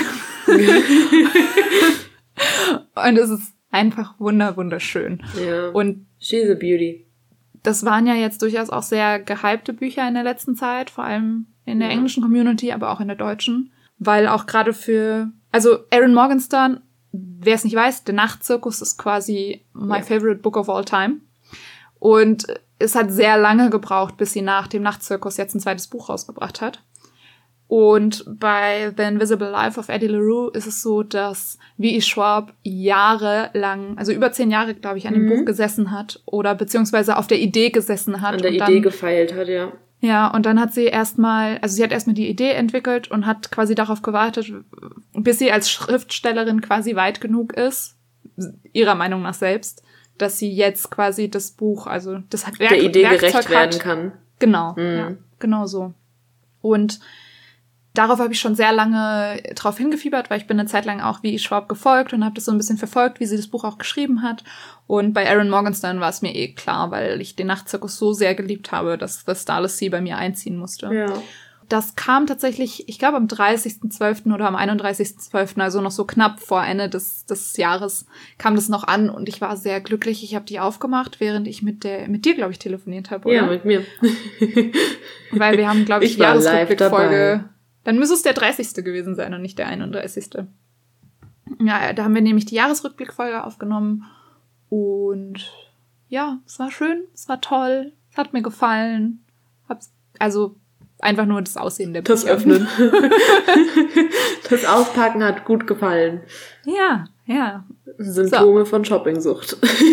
Und es ist einfach wunder, wunderschön. Ja. Und she's a beauty. Das waren ja jetzt durchaus auch sehr gehypte Bücher in der letzten Zeit, vor allem in der ja. englischen Community, aber auch in der deutschen. Weil auch gerade für, also Erin Morgenstern, wer es nicht weiß, Der Nachtzirkus ist quasi my ja. favorite book of all time. Und es hat sehr lange gebraucht, bis sie nach dem Nachtzirkus jetzt ein zweites Buch rausgebracht hat. Und bei The Invisible Life of Eddie LaRue ist es so, dass V E. Schwab jahrelang, also über zehn Jahre, glaube ich, an dem mhm. Buch gesessen hat oder beziehungsweise auf der Idee gesessen hat. An der und Idee dann, gefeilt hat, ja. Ja, und dann hat sie erstmal, also sie hat erstmal die Idee entwickelt und hat quasi darauf gewartet, bis sie als Schriftstellerin quasi weit genug ist, ihrer Meinung nach selbst, dass sie jetzt quasi das Buch, also das Werk, der Idee Werkzeug gerecht werden hat. kann. Genau, mhm. ja, genau so. Und darauf habe ich schon sehr lange drauf hingefiebert, weil ich bin eine Zeit lang auch V E. Schwab gefolgt und habe das so ein bisschen verfolgt, wie sie das Buch auch geschrieben hat. Und bei Erin Morgenstern war es mir eh klar, weil ich den Nachtzirkus so sehr geliebt habe, dass The Starless Sea bei mir einziehen musste. Ja. Das kam tatsächlich, ich glaube am dreißigsten zwölften oder am einunddreißigsten zwölften, also noch so knapp vor Ende des, des Jahres, kam das noch an und ich war sehr glücklich. Ich habe die aufgemacht, während ich mit der mit dir, glaube ich, telefoniert habe, oder? Ja, mit mir. Weil wir haben, glaube ich, ich die Jahresrückblickfolge. Dann müsste es der dreißigste gewesen sein und nicht der einunddreißigste Ja, da haben wir nämlich die Jahresrückblickfolge aufgenommen. Und ja, es war schön, es war toll, es hat mir gefallen. Hab's, also einfach nur das Aussehen der Bücher. Das Öffnen. Das Auspacken hat gut gefallen. Ja, ja. Symptome so. von Shoppingsucht.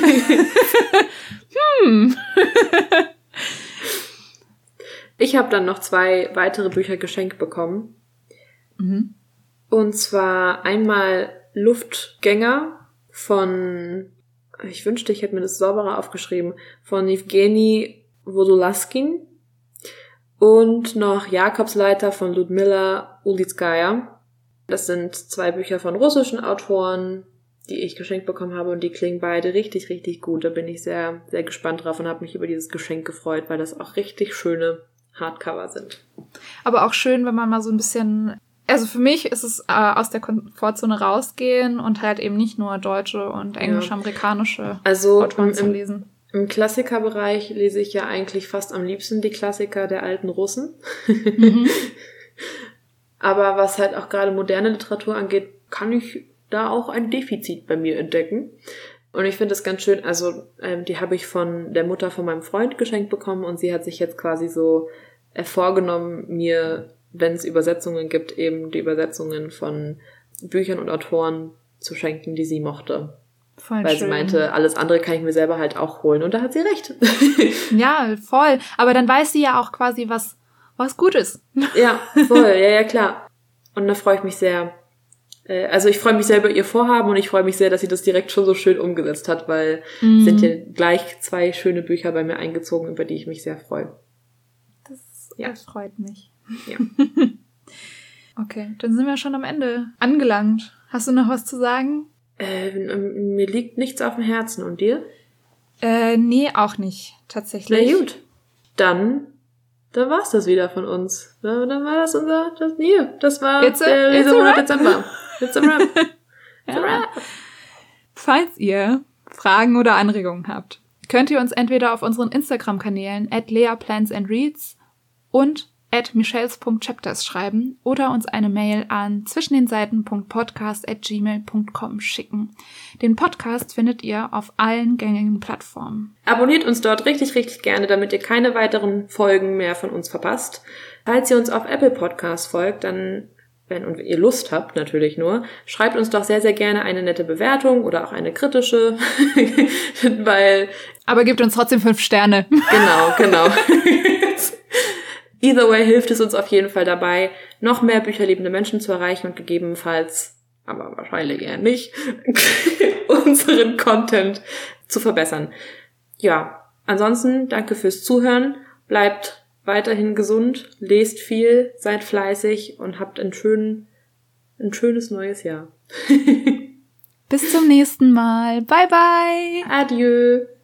hm. Ich habe dann noch zwei weitere Bücher geschenkt bekommen. Mhm. Und zwar einmal Luftgänger von, ich wünschte, ich hätte mir das sauberer aufgeschrieben, von Evgeny Wodolaskin und noch Jakobsleiter von Ludmila Ulitskaya. Das sind zwei Bücher von russischen Autoren, die ich geschenkt bekommen habe und die klingen beide richtig, richtig gut. Da bin ich sehr, sehr gespannt drauf und habe mich über dieses Geschenk gefreut, weil das auch richtig schöne Hardcover sind. Aber auch schön, wenn man mal so ein bisschen, also für mich ist es äh, aus der Komfortzone rausgehen und halt eben nicht nur deutsche und englisch-amerikanische ja. also, Autoren im, zu lesen. Im Klassikerbereich lese ich ja eigentlich fast am liebsten die Klassiker der alten Russen. Mhm. Aber was halt auch gerade moderne Literatur angeht, kann ich da auch ein Defizit bei mir entdecken. Und ich finde es ganz schön, also ähm, die habe ich von der Mutter von meinem Freund geschenkt bekommen und sie hat sich jetzt quasi so äh, vorgenommen, mir, wenn es Übersetzungen gibt, eben die Übersetzungen von Büchern und Autoren zu schenken, die sie mochte. Voll Weil schön. sie meinte, alles andere kann ich mir selber halt auch holen. Und da hat sie recht. Ja, voll. Aber dann weiß sie ja auch quasi, was, was gut ist. Ja, voll. Ja, ja, klar. Und da freue ich mich sehr, äh, also ich freue mich sehr über ihr Vorhaben und ich freue mich sehr, dass sie das direkt schon so schön umgesetzt hat, weil Mhm. sind ja gleich zwei schöne Bücher bei mir eingezogen, über die ich mich sehr freue. Das Ja. äh, freut mich. Ja. Okay, dann sind wir schon am Ende angelangt. Hast du noch was zu sagen? Äh, mir liegt nichts auf dem Herzen. Und dir? Äh, nee, auch nicht, tatsächlich. Sehr gut. Dann, dann war's das wieder von uns. Dann dann war das unser, das, hier, das war It's a- der it's a Lesemonat wrap. Dezember. It's a wrap. It's a Ja. wrap. Falls ihr Fragen oder Anregungen habt, könnt ihr uns entweder auf unseren Instagram-Kanälen at leaplansandreads und at michelles punkt chapters schreiben oder uns eine Mail an zwischendenseiten.podcast at gmail punkt com schicken. Den Podcast findet ihr auf allen gängigen Plattformen. Abonniert uns dort richtig, richtig gerne, damit ihr keine weiteren Folgen mehr von uns verpasst. Falls ihr uns auf Apple Podcasts folgt, dann, wenn und ihr Lust habt, natürlich nur, schreibt uns doch sehr, sehr gerne eine nette Bewertung oder auch eine kritische, weil, Aber gebt uns trotzdem fünf Sterne. genau, genau. Either way hilft es uns auf jeden Fall dabei, noch mehr bücherliebende Menschen zu erreichen und gegebenenfalls, aber wahrscheinlich eher nicht, unseren Content zu verbessern. Ja, ansonsten danke fürs Zuhören, bleibt weiterhin gesund, lest viel, seid fleißig und habt ein, schön, ein schönes neues Jahr. Bis zum nächsten Mal. Bye, bye. Adieu.